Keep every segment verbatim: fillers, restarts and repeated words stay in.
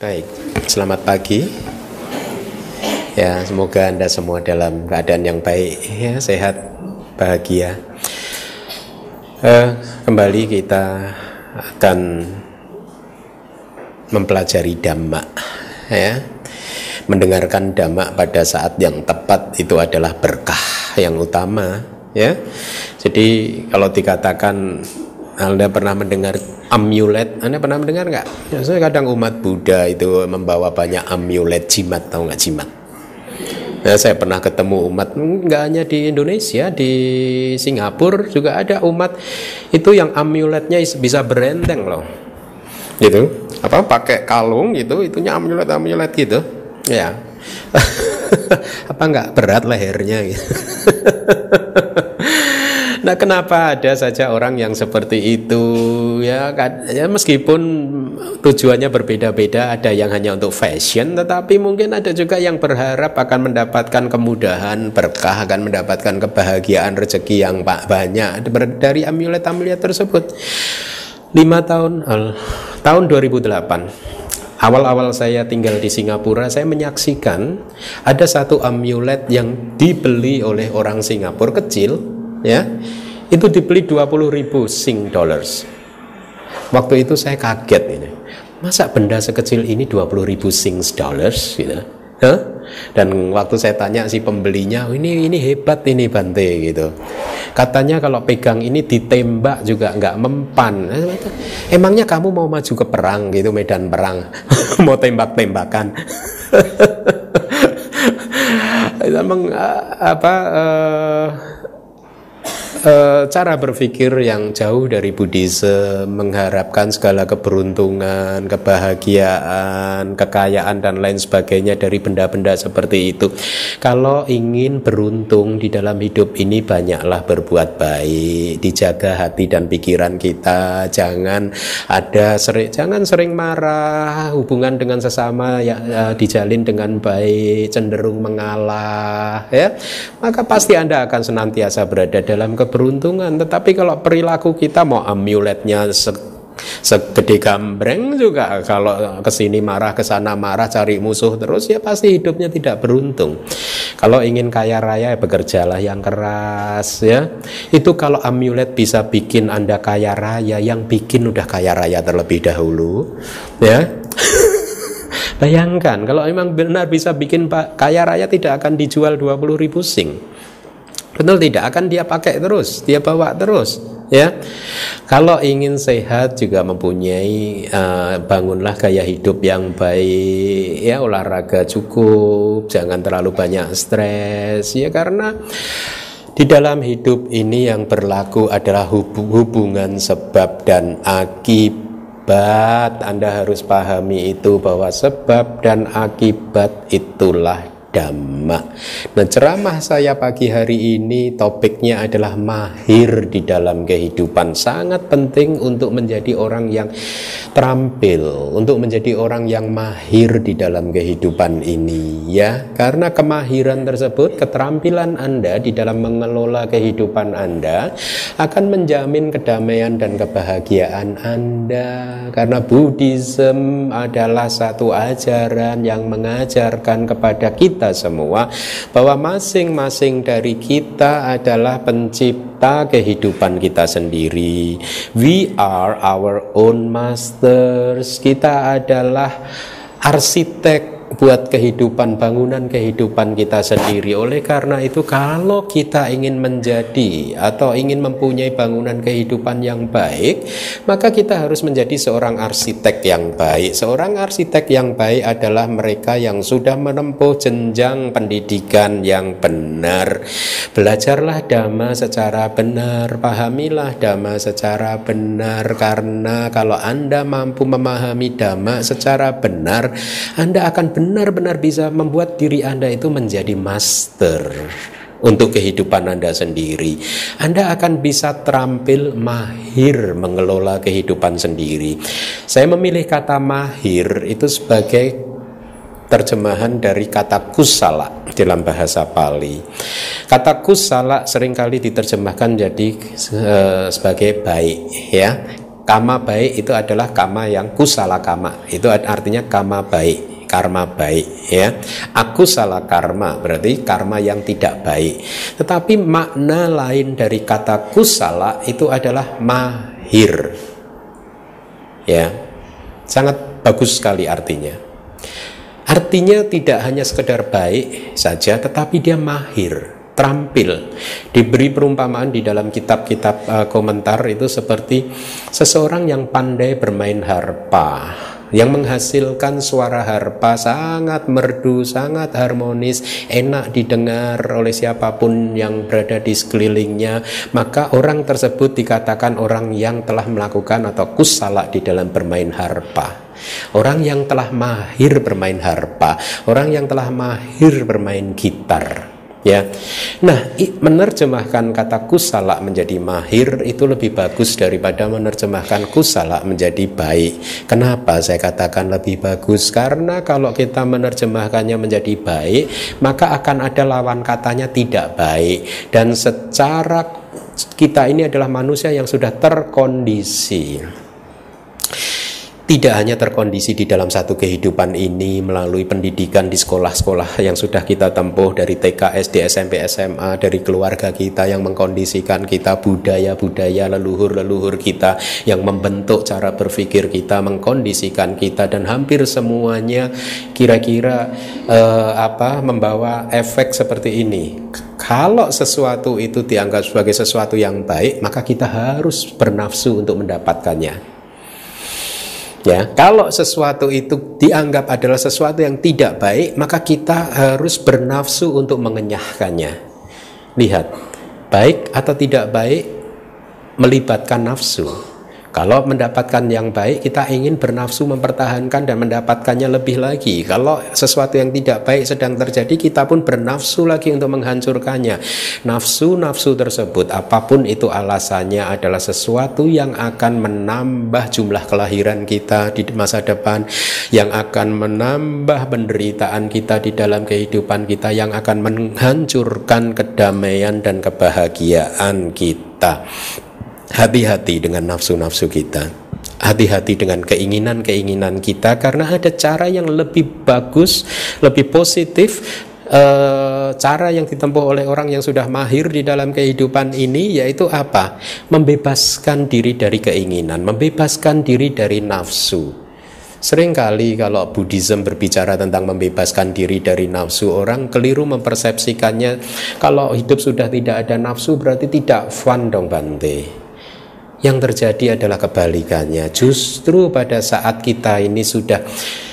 Baik, selamat pagi. Ya, semoga Anda semua dalam keadaan yang baik, ya, sehat, bahagia. Eh, kembali kita akan mempelajari Dhamma, ya. Mendengarkan Dhamma pada saat yang tepat itu adalah berkah yang utama, ya. Jadi kalau dikatakan Anda pernah mendengar amulet? Anda pernah mendengar nggak? Ya, saya kadang umat Buddha itu membawa banyak amulet jimat, tahu nggak jimat? Ya, saya pernah ketemu umat nggak hanya di Indonesia, di Singapura juga ada umat itu yang amuletnya bisa berenteng loh. Gitu. Apa pakai kalung gitu, itunya amulet-amulet gitu. Ya. Apa nggak berat lehernya gitu. Nah, kenapa ada saja orang yang seperti itu, ya, ya meskipun tujuannya berbeda-beda, ada yang hanya untuk fashion, tetapi mungkin ada juga yang berharap akan mendapatkan kemudahan, berkah, akan mendapatkan kebahagiaan, rezeki yang banyak dari amulet-amulet tersebut. Lima tahun, tahun dua ribu delapan, awal-awal saya tinggal di Singapura, saya menyaksikan ada satu amulet yang dibeli oleh orang Singapura kecil, ya, itu dibeli dua puluh ribu Sing dollars. Waktu itu saya kaget ini. Masa benda sekecil ini dua puluh ribu Sing dollars gitu. Huh? Dan waktu saya tanya si pembelinya, oh, ini ini hebat ini Bante gitu. Katanya kalau pegang ini ditembak juga nggak mempan. Emangnya kamu mau maju ke perang gitu, medan perang, mau tembak-tembakan? Emang apa? Uh, E, cara berpikir yang jauh dari Buddhisme, mengharapkan segala keberuntungan, kebahagiaan, kekayaan dan lain sebagainya dari benda-benda seperti itu. Kalau ingin beruntung di dalam hidup ini, banyaklah berbuat baik, dijaga hati dan pikiran kita, jangan ada sering, jangan sering marah, hubungan dengan sesama ya, ya dijalin dengan baik, cenderung mengalah, ya, maka pasti Anda akan senantiasa berada dalam keberuntungan. Tetapi kalau perilaku kita mau amuletnya se- segede gambreng juga, kalau kesini marah, kesana marah, cari musuh terus, ya pasti hidupnya tidak beruntung. Kalau ingin kaya raya, ya bekerjalah yang keras, ya. Itu kalau amulet bisa bikin Anda kaya raya, yang bikin udah kaya raya terlebih dahulu, ya. Bayangkan kalau memang benar bisa bikin kaya raya, tidak akan dijual dua puluh ribu Sing. Betul tidak? Akan dia pakai terus, dia bawa terus, ya. Kalau ingin sehat juga mempunyai uh, bangunlah gaya hidup yang baik, ya, olahraga cukup, jangan terlalu banyak stres, ya, karena di dalam hidup ini yang berlaku adalah hub- hubungan sebab dan akibat. Anda harus pahami itu, bahwa sebab dan akibat itulah Dhamma. Nah, ceramah saya pagi hari ini topiknya adalah mahir di dalam kehidupan. Sangat penting untuk menjadi orang yang terampil, untuk menjadi orang yang mahir di dalam kehidupan ini, ya. Karena kemahiran tersebut, keterampilan Anda di dalam mengelola kehidupan Anda akan menjamin kedamaian dan kebahagiaan Anda. Karena Buddhisme adalah satu ajaran yang mengajarkan kepada kita semua bahwa masing-masing dari kita adalah pencipta kehidupan kita sendiri. We are our own masters. Kita adalah arsitek buat kehidupan, bangunan kehidupan kita sendiri. Oleh karena itu, kalau kita ingin menjadi atau ingin mempunyai bangunan kehidupan yang baik, maka kita harus menjadi seorang arsitek yang baik. Seorang arsitek yang baik adalah mereka yang sudah menempuh jenjang pendidikan yang benar. Belajarlah Dhamma secara benar, pahamilah Dhamma secara benar, karena kalau Anda mampu memahami Dhamma secara benar, Anda akan benar-benar bisa membuat diri Anda itu menjadi master untuk kehidupan Anda sendiri. Anda akan bisa terampil, mahir mengelola kehidupan sendiri. Saya memilih kata mahir itu sebagai terjemahan dari kata kusala dalam bahasa Pali. Kata kusala seringkali diterjemahkan jadi uh, sebagai baik, ya. Kama baik itu adalah kama yang kusala kama. Itu artinya kama baik, karma baik ya. Aku salah karma berarti karma yang tidak baik. Tetapi makna lain dari kata kusala itu adalah mahir. Ya. Sangat bagus sekali artinya. Artinya tidak hanya sekedar baik saja, tetapi dia mahir, terampil. Diberi perumpamaan di dalam kitab-kitab uh, komentar itu seperti seseorang yang pandai bermain harpa, yang menghasilkan suara harpa sangat merdu, sangat harmonis, enak didengar oleh siapapun yang berada di sekelilingnya. Maka orang tersebut dikatakan orang yang telah melakukan atau kusala di dalam bermain harpa. Orang yang telah mahir bermain harpa, orang yang telah mahir bermain gitar. Ya, nah menerjemahkan kata kusala menjadi mahir itu lebih bagus daripada menerjemahkan kusala menjadi baik. Kenapa saya katakan lebih bagus? Karena kalau kita menerjemahkannya menjadi baik, maka akan ada lawan katanya tidak baik. Dan secara kita ini adalah manusia yang sudah terkondisi. Tidak hanya terkondisi di dalam satu kehidupan ini melalui pendidikan di sekolah-sekolah yang sudah kita tempuh dari T K, S D, S M P, S M A, dari keluarga kita yang mengkondisikan kita, budaya-budaya leluhur-leluhur kita yang membentuk cara berpikir kita, mengkondisikan kita, dan hampir semuanya kira-kira eh, apa membawa efek seperti ini. Kalau sesuatu itu dianggap sebagai sesuatu yang baik, maka kita harus bernafsu untuk mendapatkannya. Ya, kalau sesuatu itu dianggap adalah sesuatu yang tidak baik, maka kita harus bernafsu untuk mengenyahkannya. Lihat, baik atau tidak baik melibatkan nafsu. Kalau mendapatkan yang baik, kita ingin bernafsu mempertahankan dan mendapatkannya lebih lagi. Kalau sesuatu yang tidak baik sedang terjadi, kita pun bernafsu lagi untuk menghancurkannya. Nafsu-nafsu tersebut, apapun itu alasannya, adalah sesuatu yang akan menambah jumlah kelahiran kita di masa depan, yang akan menambah penderitaan kita di dalam kehidupan kita, yang akan menghancurkan kedamaian dan kebahagiaan kita. Hati-hati dengan nafsu-nafsu kita, hati-hati dengan keinginan-keinginan kita, karena ada cara yang lebih bagus, lebih positif, e, cara yang ditempuh oleh orang yang sudah mahir di dalam kehidupan ini, yaitu apa? Membebaskan diri dari keinginan, membebaskan diri dari nafsu. Seringkali kalau Buddhism berbicara tentang membebaskan diri dari nafsu, orang keliru mempersepsikannya kalau hidup sudah tidak ada nafsu berarti tidak fun dong Bante. Yang terjadi adalah kebalikannya. Justru pada saat kita ini sudah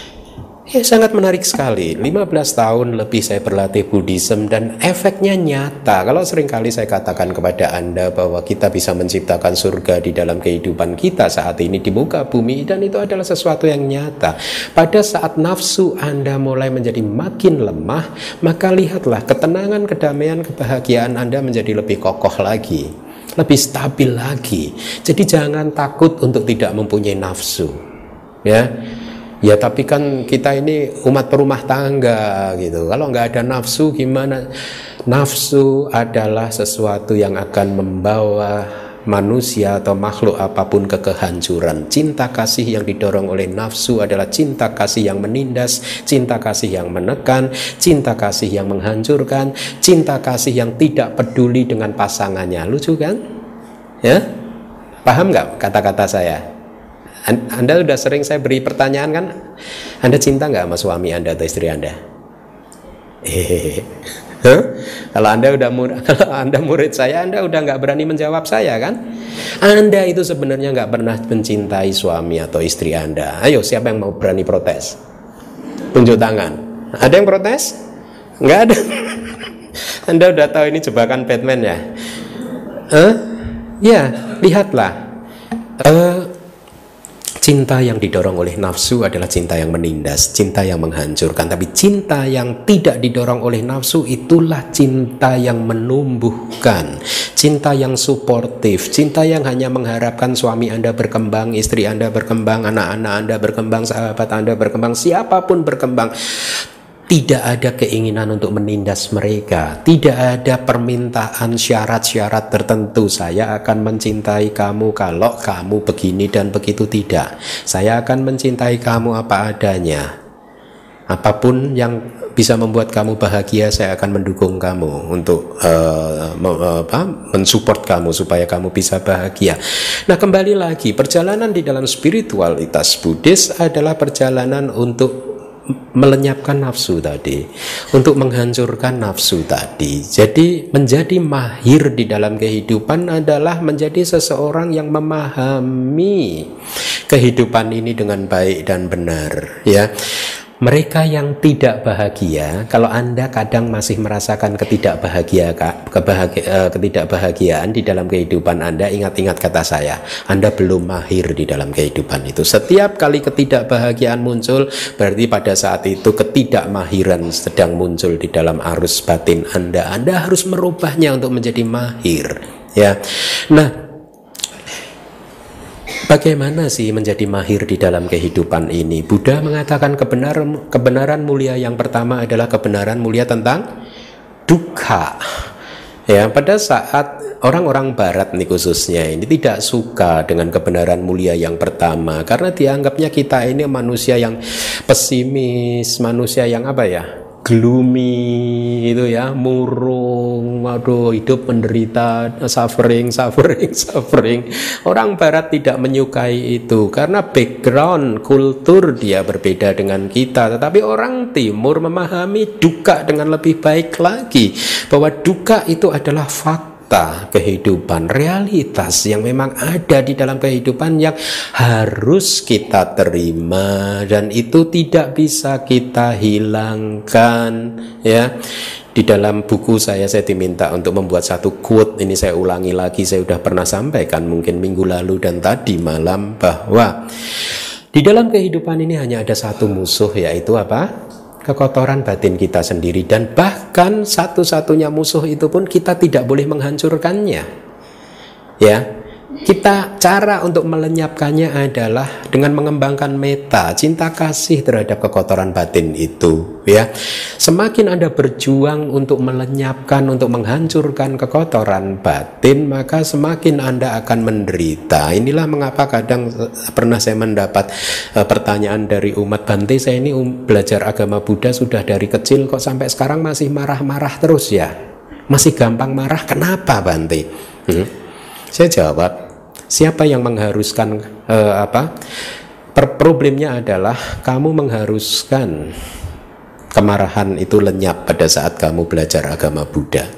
ya sangat menarik sekali, lima belas tahun lebih saya berlatih Buddhism dan efeknya nyata. Kalau seringkali saya katakan kepada Anda bahwa kita bisa menciptakan surga di dalam kehidupan kita saat ini di muka bumi, dan itu adalah sesuatu yang nyata. Pada saat nafsu Anda mulai menjadi makin lemah, maka lihatlah ketenangan, kedamaian, kebahagiaan Anda menjadi lebih kokoh lagi, lebih stabil lagi. Jadi jangan takut untuk tidak mempunyai nafsu. Ya. Ya tapi kan kita ini umat perumah tangga gitu. Kalau nggak ada nafsu gimana? Nafsu adalah sesuatu yang akan membawa manusia atau makhluk apapun ke kehancuran. Cinta kasih yang didorong oleh nafsu adalah cinta kasih yang menindas, cinta kasih yang menekan, cinta kasih yang menghancurkan, cinta kasih yang tidak peduli dengan pasangannya. Lucu kan? Ya? Paham nggak kata-kata saya? Anda sudah sering saya beri pertanyaan kan, Anda cinta nggak sama suami Anda atau istri Anda? Hehehe. Huh? Kalau Anda udah murid, kalau Anda murid saya, Anda udah nggak berani menjawab saya kan? Anda itu sebenarnya nggak pernah mencintai suami atau istri Anda. Ayo, siapa yang mau berani protes? Tunjuk tangan. Ada yang protes? Nggak ada. Anda udah tahu ini jebakan Batman ya? Huh? Ya, lihatlah. Uh, Cinta yang didorong oleh nafsu adalah cinta yang menindas, cinta yang menghancurkan. Tapi cinta yang tidak didorong oleh nafsu itulah cinta yang menumbuhkan, cinta yang suportif, cinta yang hanya mengharapkan suami Anda berkembang, istri Anda berkembang, anak-anak Anda berkembang, sahabat Anda berkembang, siapapun berkembang. tidak ada keinginan untuk menindas mereka, tidak ada permintaan syarat-syarat tertentu. Saya akan mencintai kamu kalau kamu begini dan begitu, tidak. Saya akan mencintai kamu apa adanya. Apapun yang bisa membuat kamu bahagia, saya akan mendukung kamu untuk uh, apa, mensupport kamu supaya kamu bisa bahagia. Nah, kembali lagi, perjalanan di dalam spiritualitas Buddhis adalah perjalanan untuk melenyapkan nafsu tadi, untuk menghancurkan nafsu tadi. Jadi menjadi mahir di dalam kehidupan adalah menjadi seseorang yang memahami kehidupan ini dengan baik dan benar, ya. Mereka yang tidak bahagia, kalau Anda kadang masih merasakan ketidakbahagiaan, kebahagia, ketidakbahagiaan di dalam kehidupan Anda, ingat-ingat kata saya, Anda belum mahir di dalam kehidupan itu. Setiap kali ketidakbahagiaan muncul, berarti pada saat itu ketidakmahiran sedang muncul di dalam arus batin Anda. Anda harus merubahnya untuk menjadi mahir, ya. Nah, bagaimana sih menjadi mahir di dalam kehidupan ini? Buddha mengatakan kebenaran kebenaran mulia yang pertama adalah kebenaran mulia tentang dukkha. Ya, pada saat orang-orang barat nih khususnya ini tidak suka dengan kebenaran mulia yang pertama, karena dianggapnya kita ini manusia yang pesimis, manusia yang apa ya? gloomy itu ya, murung, waduh, hidup menderita, suffering, suffering, suffering. Orang barat tidak menyukai itu karena background kultur dia berbeda dengan kita. Tetapi orang timur memahami dukkha dengan lebih baik lagi, bahwa dukkha itu adalah fakta kehidupan, realitas yang memang ada di dalam kehidupan yang harus kita terima dan itu tidak bisa kita hilangkan, ya. Di dalam buku saya saya diminta untuk membuat satu quote, ini saya ulangi lagi, saya sudah pernah sampaikan mungkin minggu lalu dan tadi malam, bahwa di dalam kehidupan ini hanya ada satu musuh, yaitu apa? Kekotoran batin kita sendiri, dan bahkan satu-satunya musuh itu pun kita tidak boleh menghancurkannya, ya. Kita cara untuk melenyapkannya adalah dengan mengembangkan metta, cinta kasih terhadap kekotoran batin itu, ya. Semakin Anda berjuang untuk melenyapkan, untuk menghancurkan kekotoran batin, maka semakin Anda akan menderita. Inilah mengapa kadang pernah saya mendapat uh, pertanyaan dari umat, Bante, saya ini um, belajar agama Buddha sudah dari kecil kok sampai sekarang masih marah-marah terus ya, masih gampang marah, kenapa Bante? Hmm? Saya jawab, siapa yang mengharuskan eh, apa? Per problemnya adalah kamu mengharuskan kemarahan itu lenyap pada saat kamu belajar agama Buddha.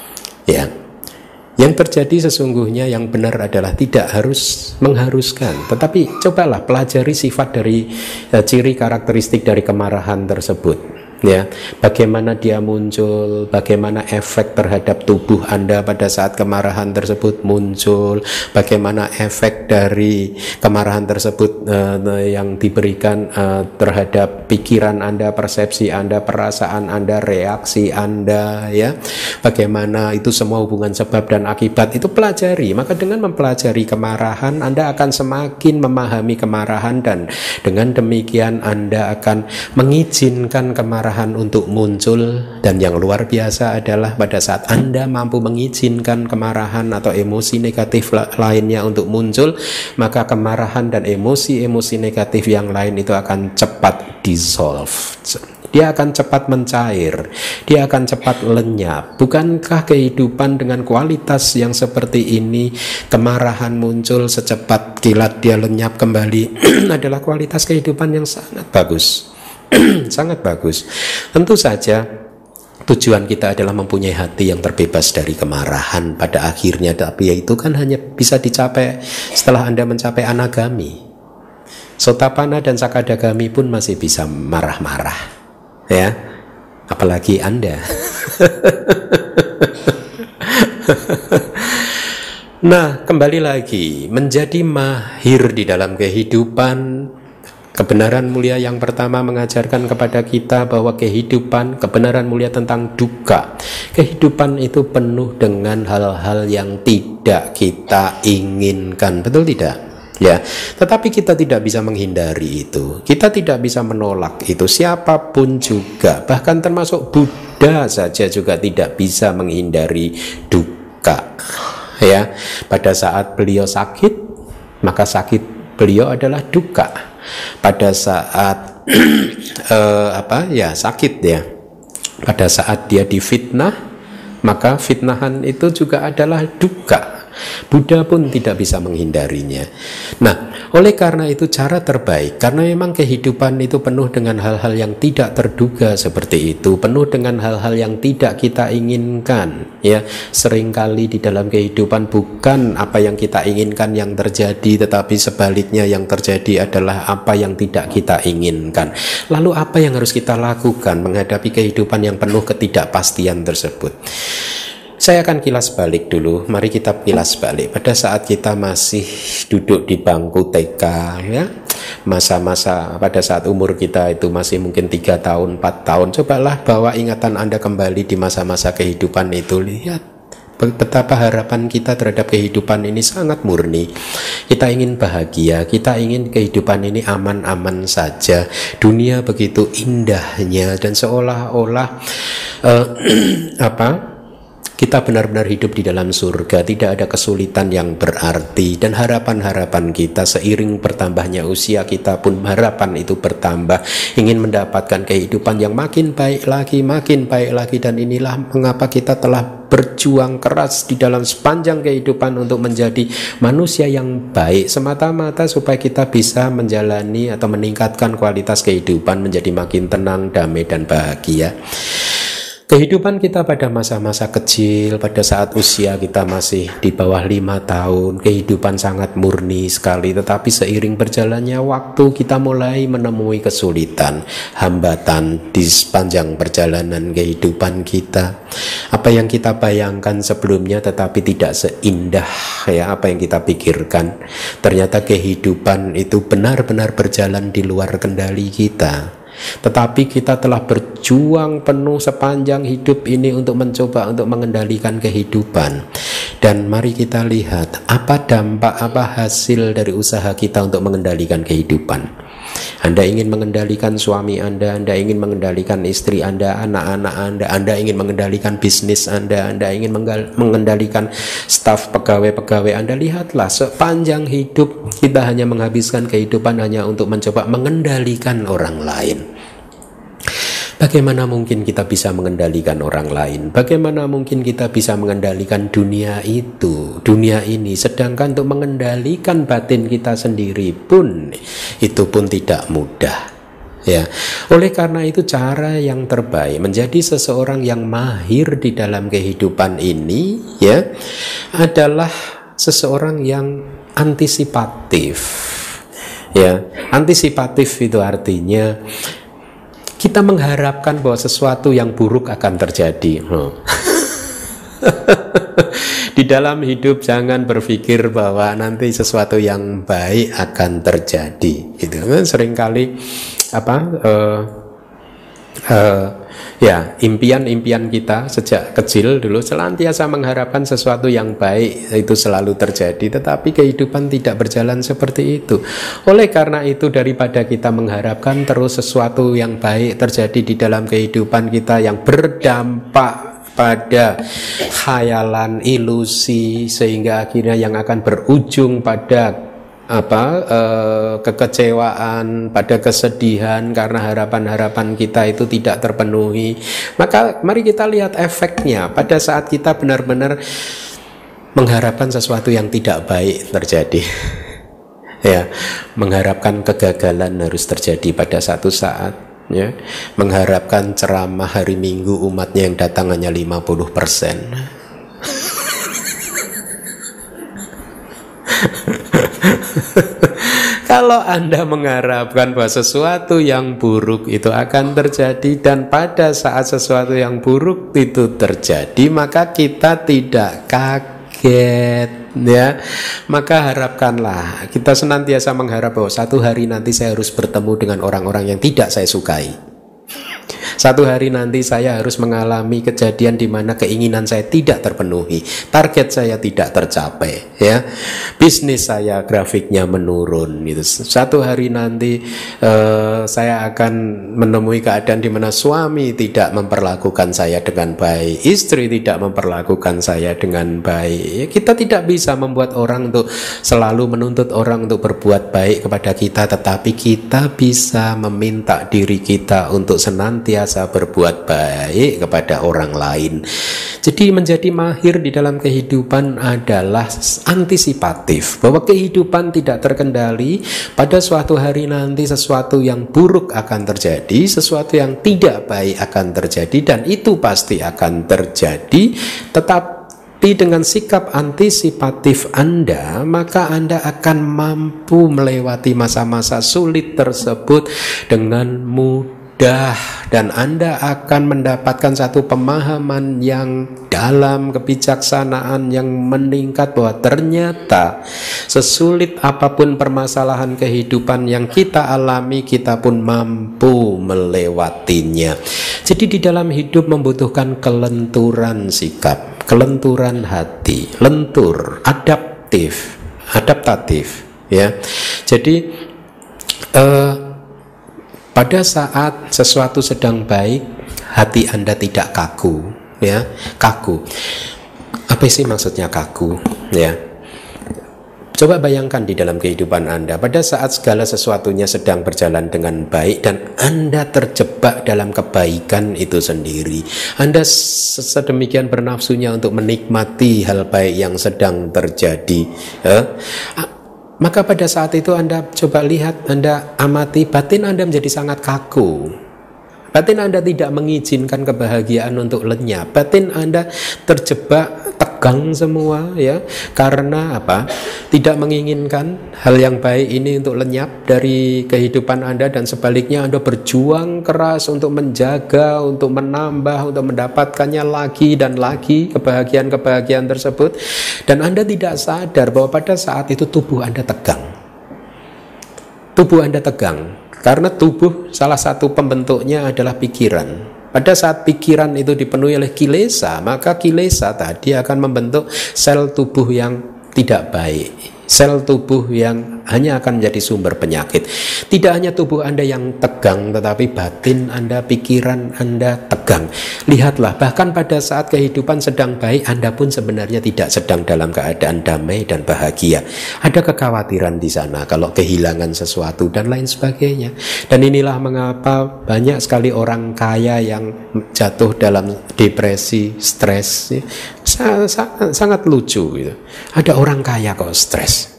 Ya. Yang terjadi sesungguhnya yang benar adalah tidak harus mengharuskan, tetapi cobalah pelajari sifat dari eh, ciri karakteristik dari kemarahan tersebut. Ya, bagaimana dia muncul, bagaimana efek terhadap tubuh Anda pada saat kemarahan tersebut muncul, bagaimana efek dari kemarahan tersebut uh, yang diberikan uh, terhadap pikiran Anda, persepsi Anda, perasaan Anda, reaksi Anda, ya. Bagaimana itu semua hubungan sebab dan akibat, itu pelajari. Maka dengan mempelajari kemarahan, Anda akan semakin memahami kemarahan, dan dengan demikian Anda akan mengizinkan kemarahan untuk muncul. Dan yang luar biasa adalah pada saat Anda mampu mengizinkan kemarahan atau emosi negatif lainnya untuk muncul, maka kemarahan dan emosi-emosi negatif yang lain itu akan cepat dissolve. Dia akan cepat mencair, dia akan cepat lenyap. Bukankah kehidupan dengan kualitas yang seperti ini, kemarahan muncul secepat kilat dia lenyap kembali adalah kualitas kehidupan yang sangat bagus. Sangat bagus. Tentu saja tujuan kita adalah mempunyai hati yang terbebas dari kemarahan pada akhirnya, tapi itu kan hanya bisa dicapai setelah Anda mencapai anagami. Sotapanna dan Sakadagami pun masih bisa marah-marah, ya, apalagi Anda. Nah, kembali lagi, menjadi mahir di dalam kehidupan. Kebenaran mulia yang pertama mengajarkan kepada kita bahwa kehidupan, kebenaran mulia tentang dukkha, kehidupan itu penuh dengan hal-hal yang tidak kita inginkan, betul tidak? Ya, tetapi kita tidak bisa menghindari itu. Kita tidak bisa menolak itu. Siapapun juga, bahkan termasuk Buddha saja juga tidak bisa menghindari duka. Ya, pada saat beliau sakit, maka sakit beliau adalah duka. Pada saat eh, apa? Ya, sakit ya. Pada saat dia difitnah, maka fitnahan itu juga adalah duka. Buddha pun tidak bisa menghindarinya. Nah, oleh karena itu cara terbaik, karena memang kehidupan itu penuh dengan hal-hal yang tidak terduga seperti itu, penuh dengan hal-hal yang tidak kita inginkan. Ya, seringkali di dalam kehidupan bukan apa yang kita inginkan yang terjadi, tetapi sebaliknya yang terjadi adalah apa yang tidak kita inginkan. Lalu apa yang harus kita lakukan menghadapi kehidupan yang penuh ketidakpastian tersebut? Saya akan kilas balik dulu. Mari kita kilas balik pada saat kita masih duduk di bangku T K, ya, masa-masa pada saat umur kita itu masih mungkin tiga tahun, empat tahun. Cobalah bawa ingatan Anda kembali di masa-masa kehidupan itu. Lihat betapa harapan kita terhadap kehidupan ini sangat murni. Kita ingin bahagia, kita ingin kehidupan ini aman-aman saja. Dunia begitu indahnya dan seolah-olah uh, apa? Kita benar-benar hidup di dalam surga, tidak ada kesulitan yang berarti, dan harapan-harapan kita seiring bertambahnya usia kita pun harapan itu bertambah, ingin mendapatkan kehidupan yang makin baik lagi, makin baik lagi. Dan inilah mengapa kita telah berjuang keras di dalam sepanjang kehidupan untuk menjadi manusia yang baik, semata-mata supaya kita bisa menjalani atau meningkatkan kualitas kehidupan menjadi makin tenang, damai, dan bahagia. Kehidupan kita pada masa-masa kecil, pada saat usia kita masih di bawah lima tahun, kehidupan sangat murni sekali. Tetapi seiring berjalannya waktu, kita mulai menemui kesulitan, hambatan di sepanjang perjalanan kehidupan kita. Apa yang kita bayangkan sebelumnya tetapi tidak seindah ya apa yang kita pikirkan. Ternyata kehidupan itu benar-benar berjalan di luar kendali kita. Tetapi kita telah berjuang penuh sepanjang hidup ini untuk mencoba untuk mengendalikan kehidupan. Dan mari kita lihat apa dampak, apa hasil dari usaha kita untuk mengendalikan kehidupan. Anda ingin mengendalikan suami Anda, Anda ingin mengendalikan istri Anda, anak-anak Anda, Anda ingin mengendalikan bisnis Anda, Anda ingin mengendalikan staf pegawai-pegawai Anda. Lihatlah sepanjang hidup kita hanya menghabiskan kehidupan hanya untuk mencoba mengendalikan orang lain. Bagaimana mungkin kita bisa mengendalikan orang lain? Bagaimana mungkin kita bisa mengendalikan dunia itu, dunia ini? Sedangkan untuk mengendalikan batin kita sendiri pun itu pun tidak mudah. Ya, oleh karena itu cara yang terbaik menjadi seseorang yang mahir di dalam kehidupan ini, ya, adalah seseorang yang antisipatif. Ya, antisipatif itu artinya kita mengharapkan bahwa sesuatu yang buruk akan terjadi. Hmm. Di dalam hidup jangan berpikir bahwa nanti sesuatu yang baik akan terjadi. Itu kan seringkali apa? Uh, uh, ya impian-impian kita sejak kecil dulu senantiasa mengharapkan sesuatu yang baik itu selalu terjadi, tetapi kehidupan tidak berjalan seperti itu. Oleh karena itu daripada kita mengharapkan terus sesuatu yang baik terjadi di dalam kehidupan kita yang berdampak pada khayalan, ilusi, sehingga akhirnya yang akan berujung pada apa eh, kekecewaan, pada kesedihan karena harapan-harapan kita itu tidak terpenuhi. Maka mari kita lihat efeknya pada saat kita benar-benar mengharapkan sesuatu yang tidak baik terjadi. Ya, mengharapkan kegagalan harus terjadi pada satu saat, ya. Mengharapkan ceramah hari Minggu umatnya yang datang hanya lima puluh persen. Kalau Anda mengharapkan bahwa sesuatu yang buruk itu akan terjadi, dan pada saat sesuatu yang buruk itu terjadi, maka kita tidak kaget, ya. Maka harapkanlah, kita senantiasa mengharap bahwa satu hari nanti saya harus bertemu dengan orang-orang yang tidak saya sukai. Satu hari nanti saya harus mengalami kejadian di mana keinginan saya tidak terpenuhi, target saya tidak tercapai, ya. Bisnis saya grafiknya menurun gitu. Satu hari nanti uh, saya akan menemui keadaan di mana suami tidak memperlakukan saya dengan baik, istri tidak memperlakukan saya dengan baik. Kita tidak bisa membuat orang untuk selalu menuntut orang untuk berbuat baik kepada kita, tetapi kita bisa meminta diri kita untuk senantiasa berbuat baik kepada orang lain. Jadi menjadi mahir di dalam kehidupan adalah antisipatif, bahwa kehidupan tidak terkendali. Pada suatu hari nanti sesuatu yang buruk akan terjadi, sesuatu yang tidak baik akan terjadi, dan itu pasti akan terjadi. Tetapi dengan sikap antisipatif Anda, maka Anda akan mampu melewati masa-masa sulit tersebut dengan mudah, dan Anda akan mendapatkan satu pemahaman yang dalam, kebijaksanaan yang meningkat, bahwa ternyata sesulit apapun permasalahan kehidupan yang kita alami, kita pun mampu melewatinya. Jadi di dalam hidup membutuhkan kelenturan sikap, kelenturan hati, lentur, adaptif, adaptatif, ya. Jadi eh, pada saat sesuatu sedang baik, hati Anda tidak kaku, ya. Kaku. Apa sih maksudnya kaku, ya? Coba bayangkan di dalam kehidupan Anda, pada saat segala sesuatunya sedang berjalan dengan baik dan Anda terjebak dalam kebaikan itu sendiri. Anda sedemikian bernafsunya untuk menikmati hal baik yang sedang terjadi, ya? Maka pada saat itu Anda coba lihat, Anda amati, batin Anda menjadi sangat kaku. Batin Anda tidak mengizinkan kebahagiaan untuk lenyap. Batin Anda terjebak, tegang semua, ya. Karena apa? Tidak menginginkan hal yang baik ini untuk lenyap dari kehidupan Anda, dan sebaliknya Anda berjuang keras untuk menjaga, untuk menambah, untuk mendapatkannya lagi dan lagi kebahagiaan-kebahagiaan tersebut. Dan Anda tidak sadar bahwa pada saat itu tubuh Anda tegang. Tubuh Anda tegang karena tubuh salah satu pembentuknya adalah pikiran. Pada saat pikiran itu dipenuhi oleh kilesa, maka kilesa tadi akan membentuk sel tubuh yang tidak baik, sel tubuh yang hanya akan menjadi sumber penyakit. Tidak hanya tubuh Anda yang tegang, tetapi batin Anda, pikiran Anda tegang. Lihatlah, bahkan pada saat kehidupan sedang baik, Anda pun sebenarnya tidak sedang dalam keadaan damai dan bahagia. Ada kekhawatiran di sana kalau kehilangan sesuatu dan lain sebagainya. Dan inilah mengapa banyak sekali orang kaya yang jatuh dalam depresi, stres. Sangat, sangat lucu gitu. Ada orang kaya kok stres.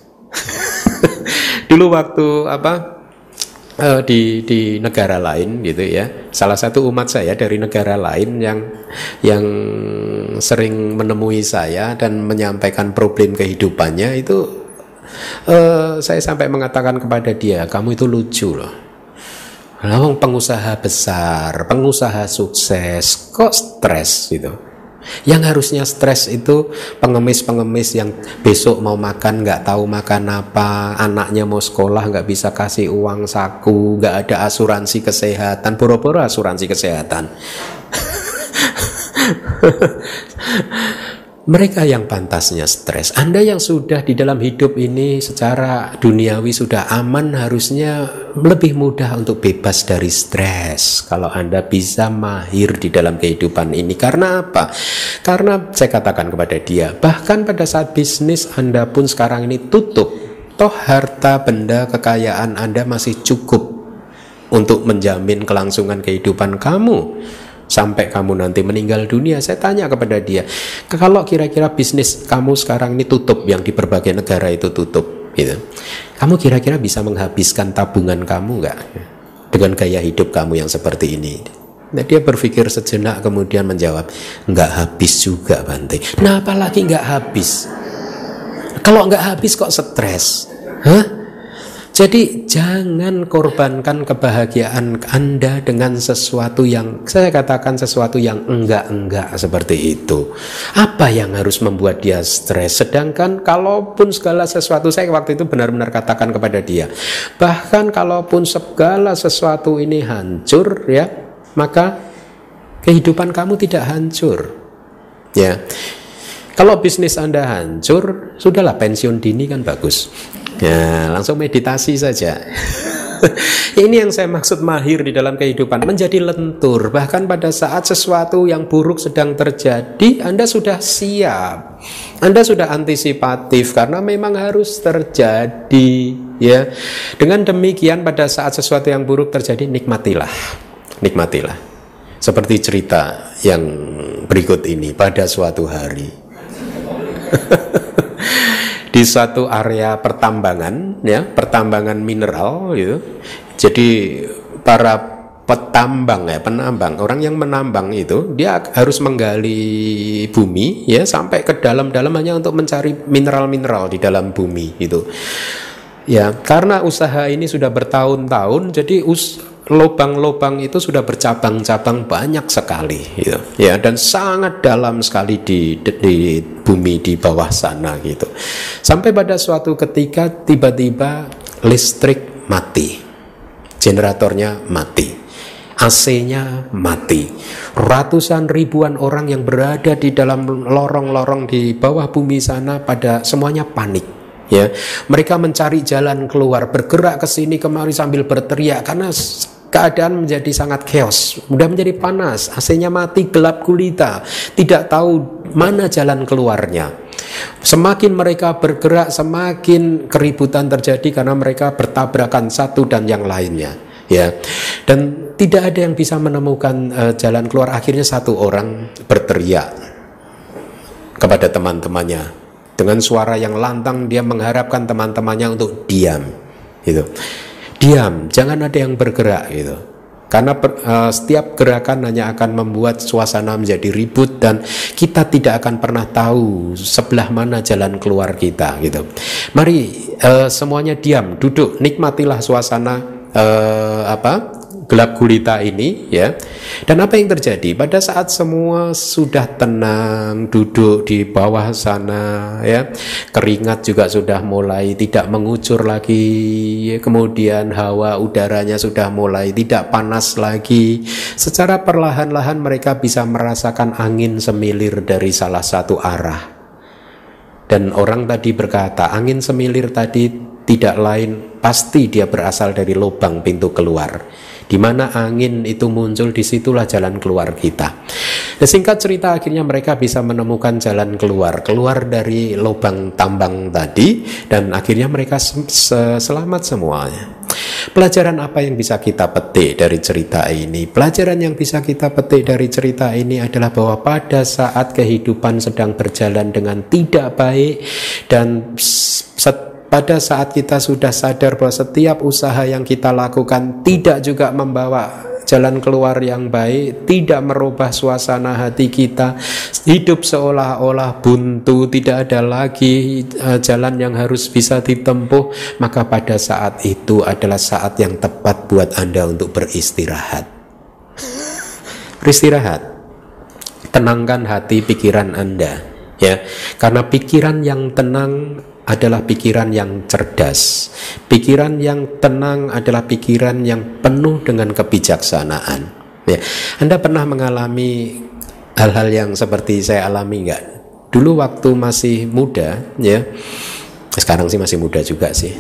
Dulu waktu apa uh, di di negara lain gitu ya, salah satu umat saya dari negara lain yang yang sering menemui saya dan menyampaikan problem kehidupannya itu, uh, saya sampai mengatakan kepada dia, kamu itu lucu loh. Nah, pengusaha besar, pengusaha sukses kok stres gitu. Yang harusnya stres itu pengemis-pengemis yang besok mau makan nggak tahu makan apa, anaknya mau sekolah nggak bisa kasih uang saku, nggak ada asuransi kesehatan, boro-boro asuransi kesehatan. Mereka yang pantasnya stres. Anda yang sudah di dalam hidup ini secara duniawi sudah aman, harusnya lebih mudah untuk bebas dari stres kalau Anda bisa mahir di dalam kehidupan ini. Karena apa? Karena saya katakan kepada dia, bahkan pada saat bisnis Anda pun sekarang ini tutup, toh harta benda kekayaan Anda masih cukup untuk menjamin kelangsungan kehidupan kamu sampai kamu nanti meninggal dunia. Saya tanya kepada dia, kalau kira-kira bisnis kamu sekarang ini tutup, yang di berbagai negara itu tutup gitu, kamu kira-kira bisa menghabiskan tabungan kamu nggak dengan gaya hidup kamu yang seperti ini? Nah, dia berpikir sejenak kemudian menjawab, nggak habis juga Bante. Nah, apalagi nggak habis? Kalau nggak habis kok stres? Hah? Jadi jangan korbankan kebahagiaan Anda dengan sesuatu yang, saya katakan sesuatu yang enggak-enggak seperti itu. Apa yang harus membuat dia stres? Sedangkan kalaupun segala sesuatu, saya waktu itu benar-benar katakan kepada dia, bahkan kalaupun segala sesuatu ini hancur ya, maka kehidupan kamu tidak hancur. Ya, kalau bisnis Anda hancur, sudahlah pensiun dini kan bagus. Ya, langsung meditasi saja. Ini yang saya maksud mahir di dalam kehidupan, menjadi lentur. Bahkan pada saat sesuatu yang buruk sedang terjadi, Anda sudah siap, Anda sudah antisipatif karena memang harus terjadi. Ya, dengan demikian pada saat sesuatu yang buruk terjadi, nikmatilah, nikmatilah. Seperti cerita yang berikut ini. Pada suatu hari, di suatu area pertambangan, ya, pertambangan mineral, gitu. Jadi para petambang, ya, penambang, orang yang menambang itu dia harus menggali bumi, ya, sampai ke dalam-dalam hanya untuk mencari mineral-mineral di dalam bumi itu. Ya, karena usaha ini sudah bertahun-tahun, jadi us lubang-lubang itu sudah bercabang-cabang banyak sekali, gitu. Ya, dan sangat dalam sekali di, di, di bumi di bawah sana, gitu. Sampai pada suatu ketika tiba-tiba listrik mati, generatornya mati, A C-nya mati. Ratusan ribuan orang yang berada di dalam lorong-lorong di bawah bumi sana pada semuanya panik. Ya, mereka mencari jalan keluar, bergerak ke sini kemari sambil berteriak karena keadaan menjadi sangat chaos, mudah menjadi panas, A C-nya mati, gelap gulita, tidak tahu mana jalan keluarnya. Semakin mereka bergerak, semakin keributan terjadi karena mereka bertabrakan satu dan yang lainnya. Ya, dan tidak ada yang bisa menemukan uh, jalan keluar. Akhirnya satu orang berteriak kepada teman-temannya. Dengan suara yang lantang dia mengharapkan teman-temannya untuk diam, gitu. Diam, jangan ada yang bergerak, gitu. Karena per, uh, setiap gerakan hanya akan membuat suasana menjadi ribut dan kita tidak akan pernah tahu sebelah mana jalan keluar kita, gitu. Mari uh, semuanya diam, duduk, nikmatilah suasana uh, apa? gelap gulita ini, ya. Dan apa yang terjadi pada saat semua sudah tenang, duduk di bawah sana, ya, keringat juga sudah mulai tidak mengucur lagi, ya. Kemudian hawa udaranya sudah mulai tidak panas lagi. Secara perlahan-lahan mereka bisa merasakan angin semilir dari salah satu arah. Dan orang tadi berkata, angin semilir tadi tidak lain, pasti dia berasal dari lubang pintu keluar. Di mana angin itu muncul, disitulah jalan keluar kita. Nah, singkat cerita, akhirnya mereka bisa menemukan jalan keluar, keluar dari lubang tambang tadi, dan akhirnya mereka selamat semuanya. Pelajaran apa yang bisa kita petik dari cerita ini? Pelajaran yang bisa kita petik dari cerita ini adalah bahwa pada saat kehidupan sedang berjalan dengan tidak baik, dan set pada saat kita sudah sadar bahwa setiap usaha yang kita lakukan tidak juga membawa jalan keluar yang baik, tidak merubah suasana hati kita, hidup seolah-olah buntu, tidak ada lagi uh, jalan yang harus bisa ditempuh, maka pada saat itu adalah saat yang tepat buat Anda untuk beristirahat. Beristirahat. Tenangkan hati pikiran Anda, ya. Karena pikiran yang tenang adalah pikiran yang cerdas. Pikiran yang tenang adalah pikiran yang penuh dengan kebijaksanaan, ya. Anda pernah mengalami hal-hal yang seperti saya alami enggak? Dulu waktu masih muda, ya. Sekarang sih masih muda juga sih.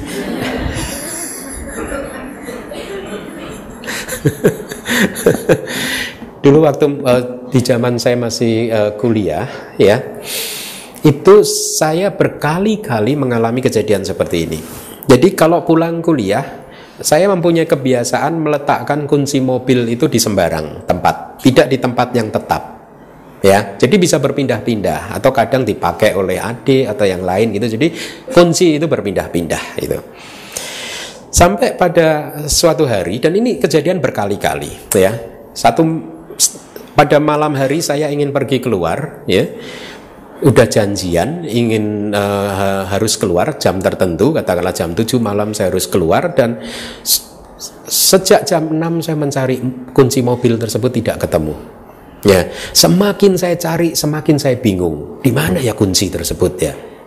Dulu waktu uh, di zaman saya masih uh, kuliah, ya. Itu saya berkali-kali mengalami kejadian seperti ini. Jadi kalau pulang kuliah, saya mempunyai kebiasaan meletakkan kunci mobil itu di sembarang tempat, tidak di tempat yang tetap, ya. Jadi bisa berpindah-pindah, atau kadang dipakai oleh adik atau yang lain gitu. Jadi kunci itu berpindah-pindah itu. Sampai pada suatu hari, dan ini kejadian berkali-kali, ya. Satu pada malam hari saya ingin pergi keluar, ya. Udah janjian ingin uh, harus keluar jam tertentu, katakanlah jam tujuh malam saya harus keluar, dan sejak jam enam saya mencari kunci mobil tersebut tidak ketemu. Ya, semakin saya cari semakin saya bingung, di mana ya kunci tersebut, ya.